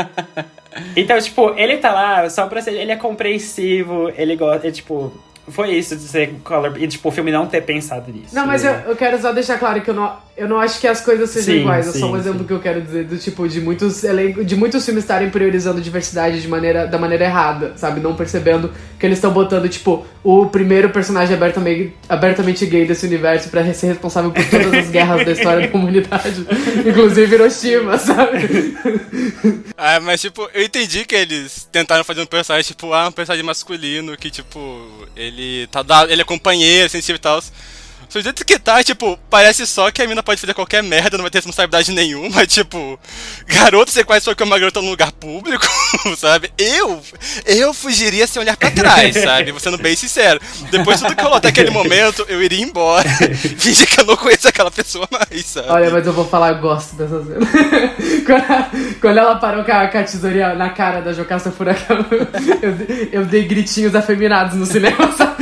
Então, tipo, ele tá lá só pra ser... Ele é compreensivo, ele gosta... tipo... Foi isso de ser color... E, tipo, o filme não ter pensado nisso. Não, mas eu quero só deixar claro que eu não acho que as coisas sejam iguais. É só um exemplo que eu quero dizer do tipo, de muitos filmes estarem priorizando diversidade da maneira errada, sabe? Não percebendo que eles estão botando, tipo, o primeiro personagem abertamente gay desse universo pra ser responsável por todas as guerras da história da humanidade. Inclusive Hiroshima, sabe? Ah, mas tipo, eu entendi que eles tentaram fazer um personagem, tipo, um personagem masculino que, tipo, ele é companheiro, sensível e tal. Só do jeito que tá, tipo, parece só que a mina pode fazer qualquer merda, não vai ter responsabilidade nenhuma, tipo, garoto, você quase foi que uma garota num lugar público, sabe? Eu fugiria sem olhar pra trás, sabe? Vou sendo bem sincero. Depois de tudo que rolou até aquele momento, eu iria embora, fingir que eu não conheço aquela pessoa mais, sabe? Olha, mas eu vou falar, eu gosto dessa cena. Quando ela parou com a tesourinha na cara da Jocasta Furacão, eu dei gritinhos afeminados no cinema, sabe?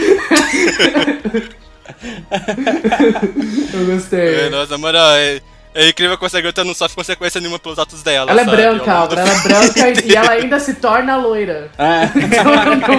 Eu gostei. Nossa, na moral, é incrível que essa garota não sofre consequência nenhuma pelos atos dela. Ela sabe? é branca, Álvaro, ela é branca e ela ainda se torna loira. Então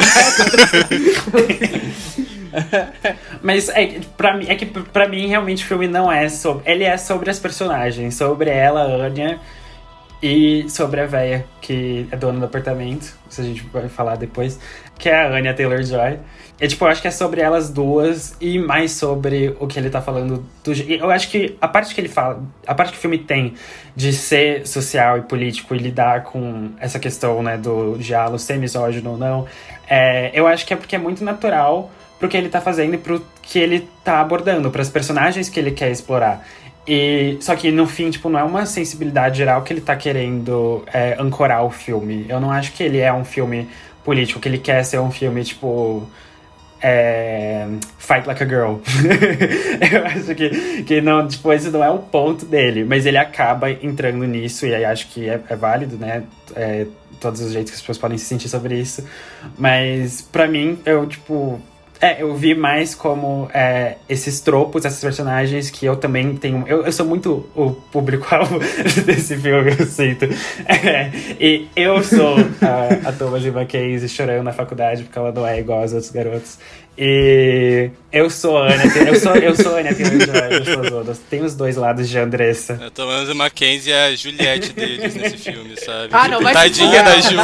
Mas pra mim, realmente, o filme não é sobre... Ele é sobre as personagens, sobre ela, Anya, e sobre a véia, que é dona do apartamento, isso a gente vai falar depois, que é a Anya Taylor-Joy. E, tipo, eu acho que é sobre elas duas e mais sobre o que ele tá falando. Eu acho que a parte que ele fala, a parte que o filme tem de ser social e político e lidar com essa questão, né, do diálogo ser misógino ou não, eu acho que é porque é muito natural pro que ele tá fazendo e pro que ele tá abordando, pras personagens que ele quer explorar. Só que no fim, tipo, não é uma sensibilidade geral que ele tá querendo ancorar o filme. Eu não acho que ele é um filme político, que ele quer ser um filme, tipo... Fight Like a Girl. Eu acho que não, tipo, esse não é o ponto dele, mas ele acaba entrando nisso e aí acho que é válido, né? Todos os jeitos que as pessoas podem se sentir sobre isso. Mas pra mim, eu vi mais como esses tropos, esses personagens que eu também tenho... Eu sou muito o público-alvo desse filme, eu sinto. E eu sou a Thomasin McKenzie chorando na faculdade porque ela não é igual aos outros garotos. E eu sou a Anya Taylor-Joy, eu sou as outras. Tem os dois lados de Andressa. A Thomasin McKenzie é a Juliette deles nesse filme, sabe? Ah, não, vai tadinha da Ju.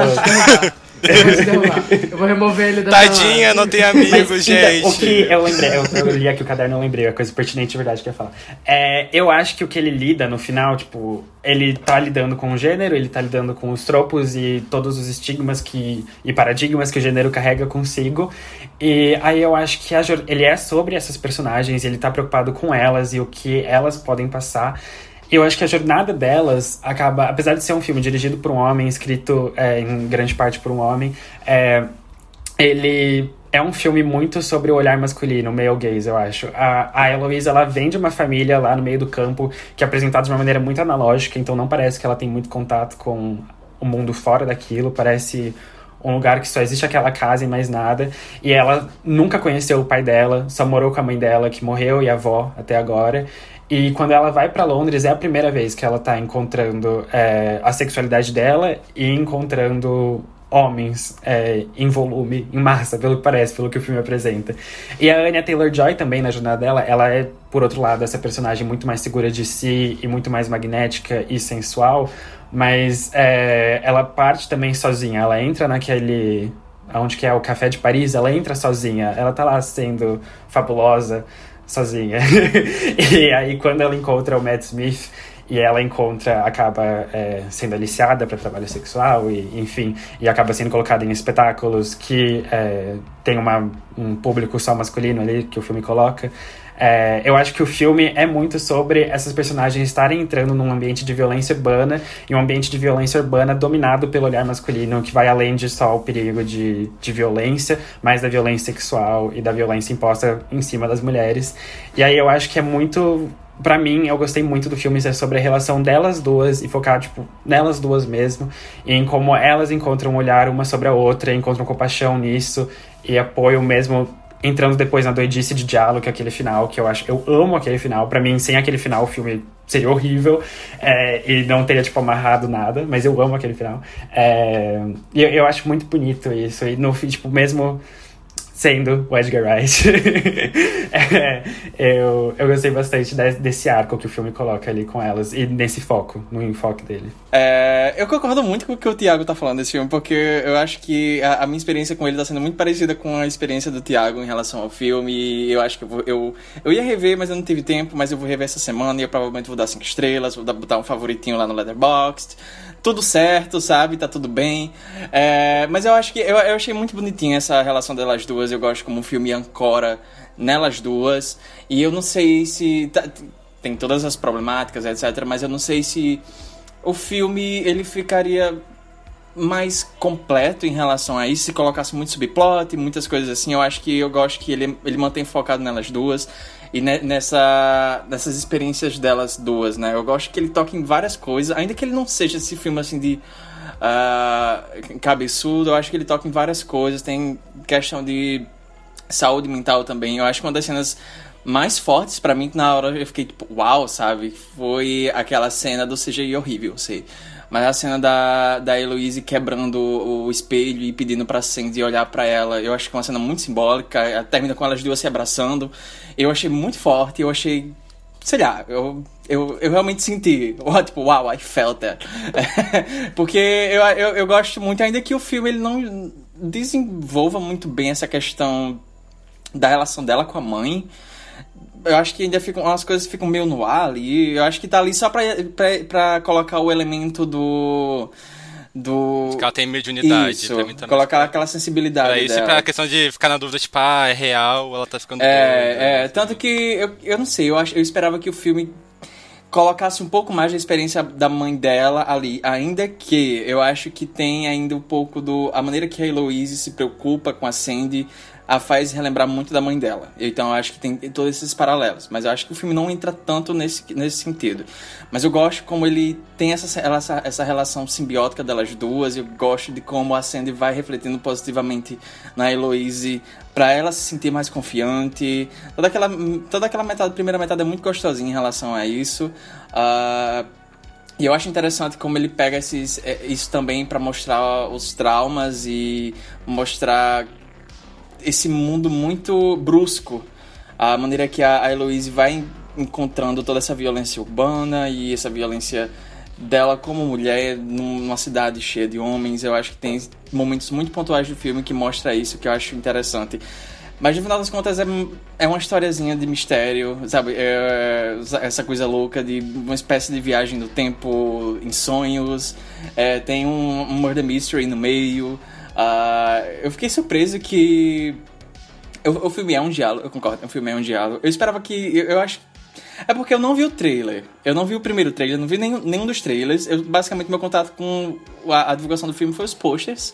Eu vou remover ele da... Tadinha, não tem amigos, gente. O que eu lembrei, eu li aqui o caderno, eu lembrei, a coisa pertinente de verdade que eu ia falar. Eu acho que o que ele lida no final, tipo, ele tá lidando com o gênero, ele tá lidando com os tropos e todos os estigmas e paradigmas que o gênero carrega consigo. E aí eu acho que ele é sobre essas personagens, ele tá preocupado com elas e o que elas podem passar. Eu acho que a jornada delas acaba, apesar de ser um filme dirigido por um homem, escrito em grande parte por um homem, ele é um filme muito sobre o olhar masculino, o male gaze, eu acho. A Eloise, ela vem de uma família lá no meio do campo, que é apresentada de uma maneira muito analógica, então não parece que ela tem muito contato com o mundo fora daquilo, parece um lugar que só existe aquela casa e mais nada. E ela nunca conheceu o pai dela, só morou com a mãe dela, que morreu, e a avó até agora. E quando ela vai pra Londres, é a primeira vez que ela tá encontrando a sexualidade dela e encontrando homens em volume, em massa, pelo que parece, pelo que o filme apresenta. E a Anya Taylor-Joy também, na jornada dela, ela é, por outro lado, essa personagem muito mais segura de si e muito mais magnética e sensual, mas ela parte também sozinha. Ela entra naquele... onde que é o Café de Paris, ela entra sozinha. Ela tá lá sendo fabulosa, sozinha. E aí, quando ela encontra o Matt Smith... E ela acaba sendo aliciada para trabalho sexual, e, enfim, e acaba sendo colocada em espetáculos que tem um público só masculino ali, que o filme coloca. Eu acho que o filme é muito sobre essas personagens estarem entrando num ambiente de violência urbana, e um ambiente de violência urbana dominado pelo olhar masculino, que vai além de só o perigo de violência, mas da violência sexual e da violência imposta em cima das mulheres. E aí eu acho que é muito... Pra mim, eu gostei muito do filme ser sobre a relação delas duas e focar, tipo, nelas duas mesmo, e em como elas encontram um olhar uma sobre a outra, encontram compaixão nisso e apoio mesmo, entrando depois na doidice de diálogo, que é aquele final, que eu amo aquele final. Pra mim, sem aquele final, o filme seria horrível, e não teria, tipo, amarrado nada, mas eu amo aquele final. E eu acho muito bonito isso, e no fim, tipo, mesmo... sendo o Edgar Wright. Eu gostei bastante desse arco que o filme coloca ali com elas, e nesse foco, no enfoque dele. Eu concordo muito com o que o Thiago tá falando desse filme, porque eu acho que a minha experiência com ele tá sendo muito parecida com a experiência do Thiago em relação ao filme, e eu acho que eu ia rever, mas eu não tive tempo, mas eu vou rever essa semana, e eu provavelmente vou dar 5 estrelas, vou botar um favoritinho lá no Letterboxd. Tudo certo, sabe? Tá tudo bem. Mas eu acho que... Eu achei muito bonitinha essa relação delas duas. Eu gosto como o filme ancora nelas duas. E eu não sei se... Tem todas as problemáticas, etc. Mas eu não sei se o filme ele ficaria mais completo em relação a isso se colocasse muito subplot, muitas coisas assim. Eu acho que eu gosto que ele mantém focado nelas duas. E nessas experiências delas duas, né? Eu gosto que ele toque em várias coisas, ainda que ele não seja esse filme assim de cabeçudo, eu acho que ele toca em várias coisas. Tem questão de saúde mental também. Eu acho que uma das cenas mais fortes pra mim, que na hora eu fiquei tipo, uau, sabe? Foi aquela cena do CGI horrível, sei. Mas a cena da Heloise quebrando o espelho e pedindo pra Sandy olhar pra ela, eu acho que é uma cena muito simbólica. Ela termina com elas duas se abraçando. Eu achei muito forte, eu achei... Sei lá, eu realmente senti... Tipo, wow, I felt that. Porque eu gosto muito, ainda que o filme ele não desenvolva muito bem essa questão da relação dela com a mãe. Eu acho que ainda umas coisas ficam meio no ar ali. Eu acho que tá ali só pra colocar o elemento do... Que ela tem mediunidade. Isso, pra mim também colocar aquela sensibilidade pra isso dela. E pra questão de ficar na dúvida, tipo, é real, ela tá ficando doida. Tanto que, eu não sei, eu esperava que o filme colocasse um pouco mais da experiência da mãe dela ali, ainda que eu acho que tem ainda um pouco a maneira que a Heloise se preocupa com a Sandy, a faz relembrar muito da mãe dela. Então eu acho que tem todos esses paralelos. Mas eu acho que o filme não entra tanto nesse sentido. Mas eu gosto como ele tem essa relação simbiótica delas duas. Eu gosto de como a Sandy vai refletindo positivamente na Heloise pra ela se sentir mais confiante. Toda aquela primeira metade é muito gostosinha em relação a isso. E eu acho interessante como ele pega isso também pra mostrar os traumas e mostrar esse mundo muito brusco, a maneira que a Heloise vai encontrando toda essa violência urbana e essa violência dela como mulher numa cidade cheia de homens. Eu acho que tem momentos muito pontuais do filme que mostra isso, que eu acho interessante. Mas no final das contas é uma historiazinha de mistério, sabe? Essa coisa louca de uma espécie de viagem do tempo em sonhos. Tem um murder mystery no meio. Eu fiquei surpreso que o filme é um diálogo, eu concordo, o filme é um diálogo. Eu esperava que, eu acho, é porque eu não vi o trailer, eu não vi o primeiro trailer, não vi nenhum dos trailers. Basicamente meu contato com a divulgação do filme foi os posters,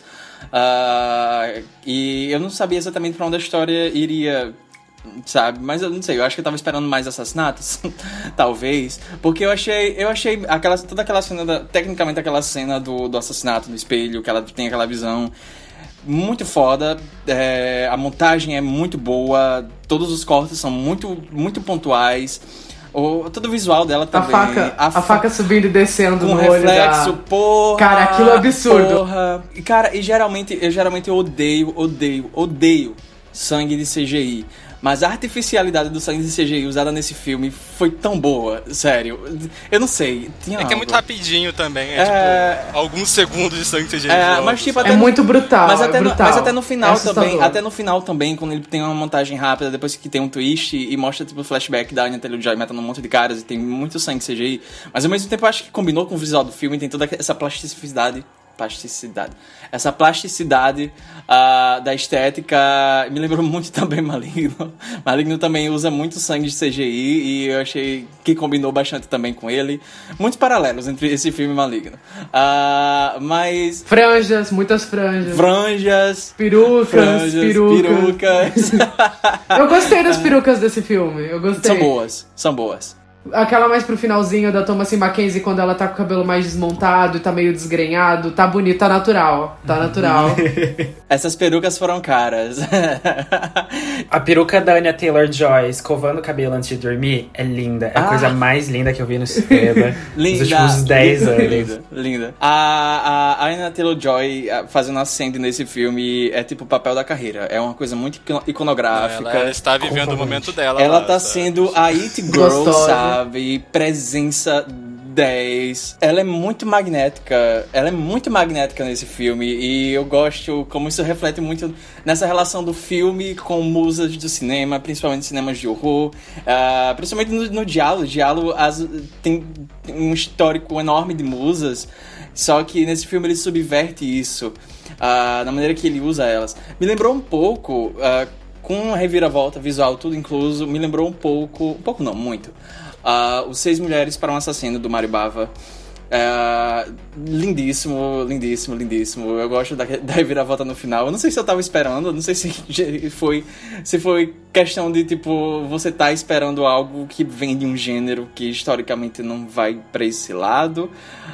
e eu não sabia exatamente pra onde a história iria, sabe? Mas eu não sei, eu acho que eu tava esperando mais assassinatos, talvez, porque eu achei toda aquela cena, tecnicamente aquela cena do assassinato no espelho, que ela tem aquela visão muito foda, a montagem é muito boa, todos os cortes são muito, muito pontuais, todo o visual dela também. A faca subindo e descendo com no reflexo, olho da... porra. Cara, aquilo é absurdo. Porra. E, cara, eu geralmente odeio sangue de CGI. Mas a artificialidade do sangue de CGI usada nesse filme foi tão boa, sério. Eu não sei, tinha que é muito rapidinho também, tipo, alguns segundos de sangue de CGI. Mas, tipo, é muito brutal, mas até no final também, quando ele tem uma montagem rápida, depois que tem um twist e mostra, tipo, o flashback da Anya Taylor-Joy matando um monte de caras e tem muito sangue de CGI. Mas, ao mesmo tempo, eu acho que combinou com o visual do filme, tem toda essa plasticidade. Essa plasticidade da estética me lembrou muito também Maligno. Maligno também usa muito sangue de CGI e eu achei que combinou bastante também com ele. Muitos paralelos entre esse filme e Maligno. Mas... muitas franjas. Perucas. Eu gostei das perucas desse filme, eu gostei. São boas. Aquela mais pro finalzinho da Thomasin McKenzie, quando ela tá com o cabelo mais desmontado e tá meio desgrenhado, tá bonito, tá natural. Essas perucas foram caras. A peruca da Anya Taylor-Joy escovando o cabelo antes de dormir é linda. É a coisa mais linda que eu vi no cinema nos últimos 10 anos. Linda. A Anya Taylor-Joy fazendo a Sandy nesse filme é tipo o papel da carreira. É uma coisa muito iconográfica. Ela está vivendo o momento dela. Ela tá sendo a It Girl, sabe? Presença 10. Ela é muito magnética nesse filme e eu gosto como isso reflete muito nessa relação do filme com musas do cinema, principalmente cinemas de horror, principalmente no Giallo. Giallo tem um histórico enorme de musas, só que nesse filme ele subverte isso na maneira que ele usa elas. Me lembrou um pouco, com a reviravolta visual tudo incluso, me lembrou um pouco não, muito, Os 6 Mulheres para um Assassino, do Mario Bava. Lindíssimo. Eu gosto da reviravolta no final. Eu não sei se eu tava esperando, não sei se foi questão de, tipo, você tá esperando algo que vem de um gênero que historicamente não vai pra esse lado.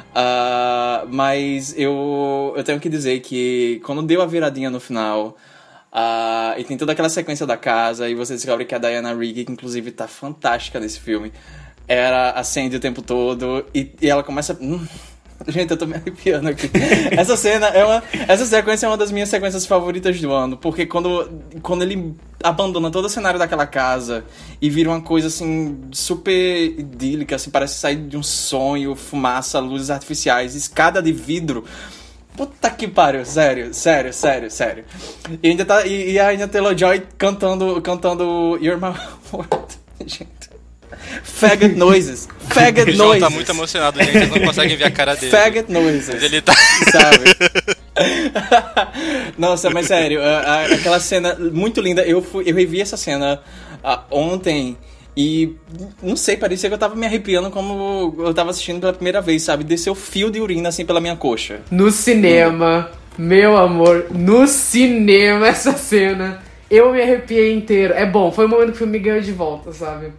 Mas eu tenho que dizer que quando deu a viradinha no final... e tem toda aquela sequência da casa e você descobre que a Diana Rigg, que inclusive tá fantástica nesse filme, era a Sandy o tempo todo e ela começa... Gente, eu tô me arrepiando aqui. Essa sequência é uma das minhas sequências favoritas do ano, porque quando ele abandona todo o cenário daquela casa e vira uma coisa assim super idílica, assim, parece sair de um sonho, fumaça, luzes artificiais, escada de vidro. Puta que pariu, sério. E ainda tá. E a Anya Taylor-Joy cantando You're My World. Gente. Faggot noises. O João tá muito emocionado, gente. Vocês não conseguem ver a cara dele. Faggot noises. Mas ele tá. Sabe? Nossa, mas sério, aquela cena muito linda. Eu revi essa cena ontem. E, não sei, parecia que eu tava me arrepiando como eu tava assistindo pela primeira vez, sabe? Desceu fio de urina, assim, pela minha coxa. No cinema, meu amor, no cinema, essa cena, eu me arrepiei inteiro. É bom, foi o momento que o filme me ganhou de volta, sabe?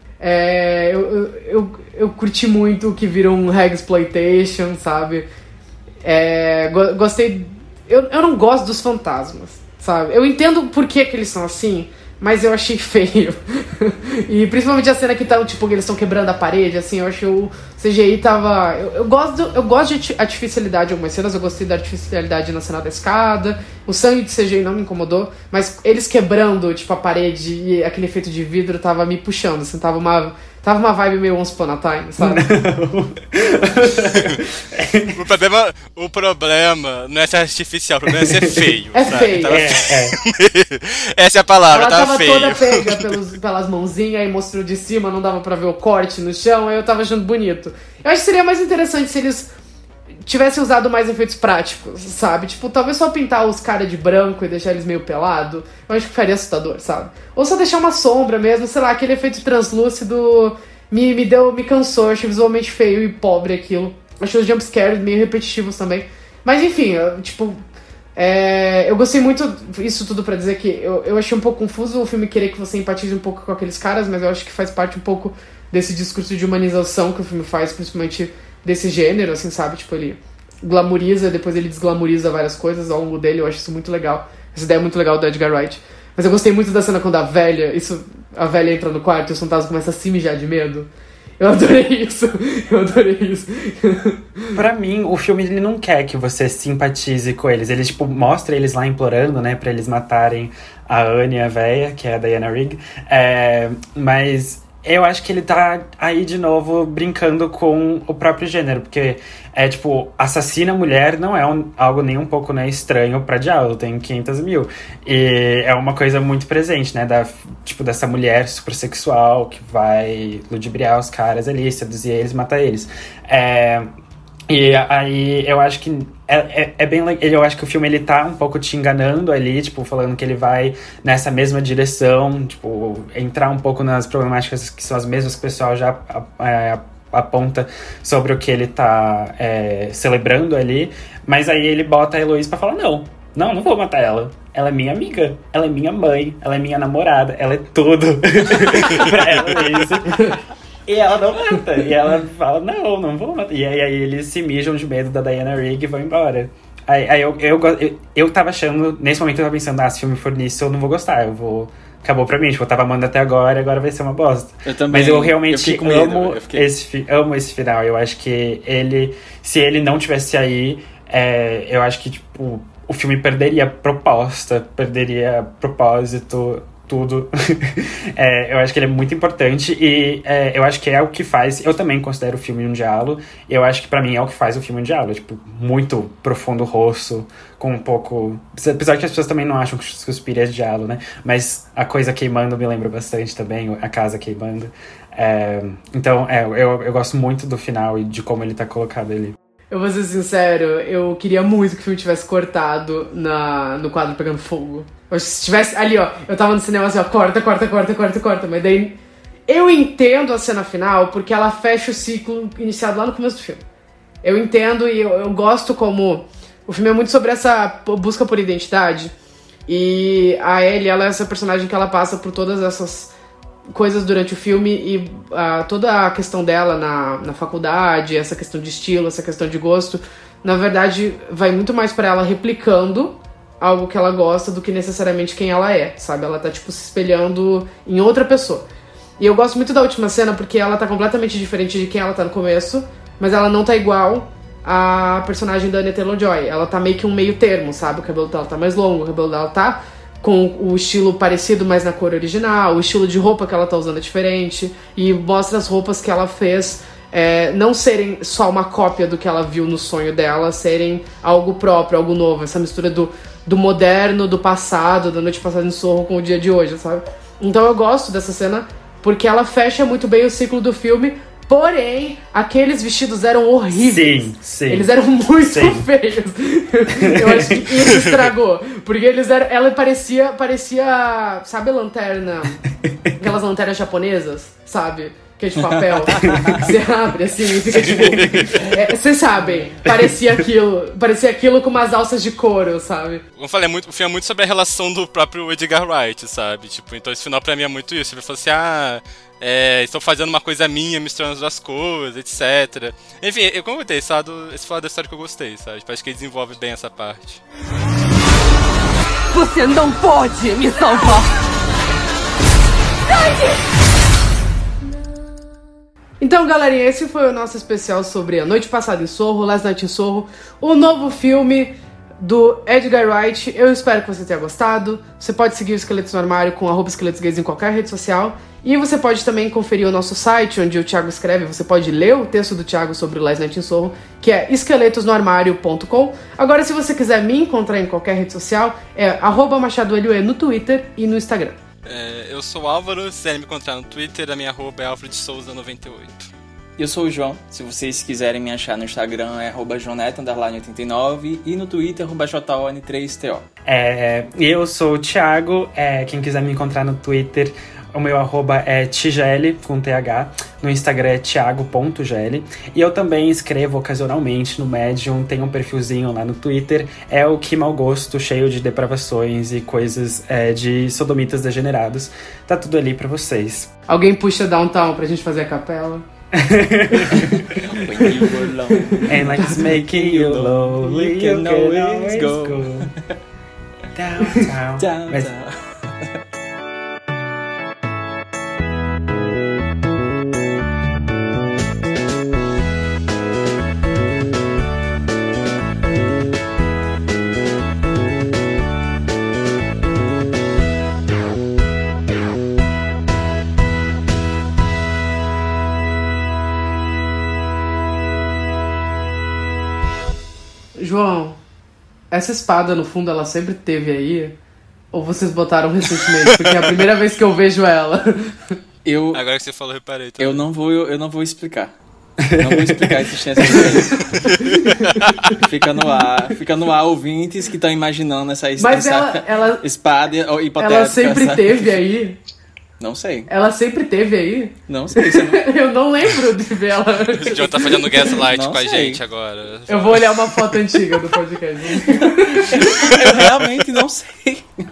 Eu curti muito o que virou um Hagsploitation, sabe? Gostei... Eu não gosto dos fantasmas, sabe? Eu entendo por que eles são assim... Mas eu achei feio. E principalmente a cena que tá, tipo, eles estão quebrando a parede, assim, eu achei o CGI tava... Eu gosto de artificialidade em algumas cenas, eu gostei da artificialidade na cena da escada. O sangue de CGI não me incomodou, mas eles quebrando, tipo, a parede e aquele efeito de vidro tava me puxando, assim, tava uma vibe meio Once Upon a Time, sabe? O problema não é ser artificial, o problema é ser feio. É sabe? feio. Essa é a palavra, ela tava feio. toda pega pelas mãozinhas, aí mostrou de cima, não dava pra ver o corte no chão, aí eu tava achando bonito. Eu acho que seria mais interessante se eles tivessem usado mais efeitos práticos, sabe? Tipo, talvez só pintar os caras de branco e deixar eles meio pelado, eu acho que ficaria assustador, sabe? Ou só deixar uma sombra mesmo, sei lá, aquele efeito translúcido me cansou, achei visualmente feio e pobre aquilo. Achei os jumpscares meio repetitivos também. Mas enfim, eu gostei muito, isso tudo pra dizer que eu achei um pouco confuso o filme querer que você empatize um pouco com aqueles caras, mas eu acho que faz parte um pouco desse discurso de humanização que o filme faz, principalmente desse gênero, assim, sabe? Tipo, ele glamoriza, depois ele desglamoriza várias coisas ao longo dele, eu acho isso muito legal. Essa ideia é muito legal do Edgar Wright. Mas eu gostei muito da cena quando a velha entra no quarto e os fantasmas começam a se mijar de medo. Eu adorei isso. Eu adorei isso. Pra mim, o filme ele não quer que você simpatize com eles. Ele, tipo, mostra eles lá implorando, né, pra eles matarem a Anne, a véia, que é a Diana Rigg. Mas eu acho que ele tá aí de novo brincando com o próprio gênero, porque tipo, assassina mulher não é algo nem um pouco, né, estranho pra Diallo, tem 500 mil. E é uma coisa muito presente, né, dessa mulher super sexual que vai ludibriar os caras ali, seduzir eles, matar eles. E aí eu acho que é bem legal. Eu acho que o filme ele tá um pouco te enganando ali, tipo, falando que ele vai nessa mesma direção, tipo, entrar um pouco nas problemáticas que são as mesmas que o pessoal já aponta sobre o que ele tá celebrando ali. Mas aí ele bota a Heloise pra falar, não vou matar ela. Ela é minha amiga, ela é minha mãe, ela é minha namorada, ela é tudo pra Heloise. E ela não mata. E ela fala, não vou matar. E aí eles se mijam de medo da Diana Rigg e vão embora. Aí eu tava achando, nesse momento eu tava pensando, se o filme for nisso eu não vou gostar, acabou pra mim, tipo, eu tava amando até agora vai ser uma bosta. Eu também. Mas eu realmente amo amo esse final. Eu acho que se ele não tivesse aí, eu acho que, tipo, o filme perderia proposta, perderia propósito, tudo. Eu acho que ele é muito importante e eu acho que é o que faz. Eu também considero o filme um diálogo. Eu acho que pra mim é o que faz o filme um diálogo. Tipo, muito profundo rosto, com um pouco. Apesar que as pessoas também não acham que Suspiria é diálogo, né? Mas a coisa queimando me lembra bastante também, a casa queimando. Então, eu gosto muito do final e de como ele tá colocado ali. Eu vou ser sincero, eu queria muito que o filme tivesse cortado no quadro pegando fogo. Se tivesse ali, ó, eu tava no cinema assim, ó, corta, mas daí eu entendo a cena final porque ela fecha o ciclo iniciado lá no começo do filme. Eu entendo e eu gosto como o filme é muito sobre essa busca por identidade e a Ellie, ela é essa personagem que ela passa por todas essas coisas durante o filme e toda a questão dela na faculdade, essa questão de estilo, essa questão de gosto, na verdade vai muito mais pra ela replicando algo que ela gosta do que necessariamente quem ela é, sabe? Ela tá, tipo, se espelhando em outra pessoa. E eu gosto muito da última cena porque ela tá completamente diferente de quem ela tá no começo, mas ela não tá igual à personagem da Anya Taylor-Joy. Ela tá meio que um meio termo, sabe? O cabelo dela tá mais longo, o cabelo dela tá com o estilo parecido, mas na cor original, o estilo de roupa que ela tá usando é diferente, e mostra as roupas que ela fez não serem só uma cópia do que ela viu no sonho dela, serem algo próprio, algo novo, essa mistura do moderno, do passado, da noite passada em Sorro com o dia de hoje, sabe? Então eu gosto dessa cena porque ela fecha muito bem o ciclo do filme, porém, aqueles vestidos eram horríveis. Sim. Eles eram muito feios. Eu acho que isso estragou. Porque ela parecia, sabe, lanterna, aquelas lanternas japonesas, sabe? Que é de papel, que você abre assim e fica tipo... Vocês sabem, parecia aquilo com umas alças de couro, sabe? Como eu falei, o filme é muito sobre a relação do próprio Edgar Wright, sabe? Tipo, então esse final pra mim é muito isso. Ele falou assim, estou fazendo uma coisa minha, misturando as duas coisas, etc. Enfim, eu como eu esse foi da história que eu gostei, sabe? Acho que ele desenvolve bem essa parte. Você não pode me salvar! Então, galerinha, esse foi o nosso especial sobre A Noite Passada em Sorro, Last Night in Sorro, o novo filme do Edgar Wright. Eu espero que você tenha gostado. Você pode seguir o Esqueletos no Armário com @esqueletosgays em qualquer rede social. E você pode também conferir o nosso site, onde o Thiago escreve. Você pode ler o texto do Thiago sobre o Last Night in Sorro, que é esqueletosnoarmario.com. Agora, se você quiser me encontrar em qualquer rede social, é @machadoelhoe no Twitter e no Instagram. Eu sou o Álvaro, se quiserem me encontrar no Twitter, a minha arroba é alfredsouza98. Eu sou o João, se vocês quiserem me achar no Instagram é @joneto_89 e no Twitter @jon3to. Eu sou o Thiago, quem quiser me encontrar no Twitter, o meu arroba é tigele, com TH, no Instagram é thiago.gele, e eu também escrevo ocasionalmente no Medium, tem um perfilzinho lá no Twitter, é o Que Mau Gosto, cheio de depravações e coisas de sodomitas degenerados, tá tudo ali pra vocês. Alguém puxa Downtown pra gente fazer a capela? When you were lonely And like it's making you lonely, you can always go downtown. Mas... essa espada, no fundo, ela sempre teve aí? Ou vocês botaram recentemente? Porque é a primeira vez que eu vejo ela. Agora que você falou, eu reparei também. Eu não vou explicar. Não vou explicar a existência disso. Fica no ar ouvintes que estão imaginando essa espada hipotética. Ela sempre teve aí? Não sei. Ela sempre teve aí? Não sei. Eu não lembro de ver ela. O John tá fazendo gaslight Não com a sei. gente agora. Eu vou olhar uma foto antiga do podcast. Eu realmente não sei.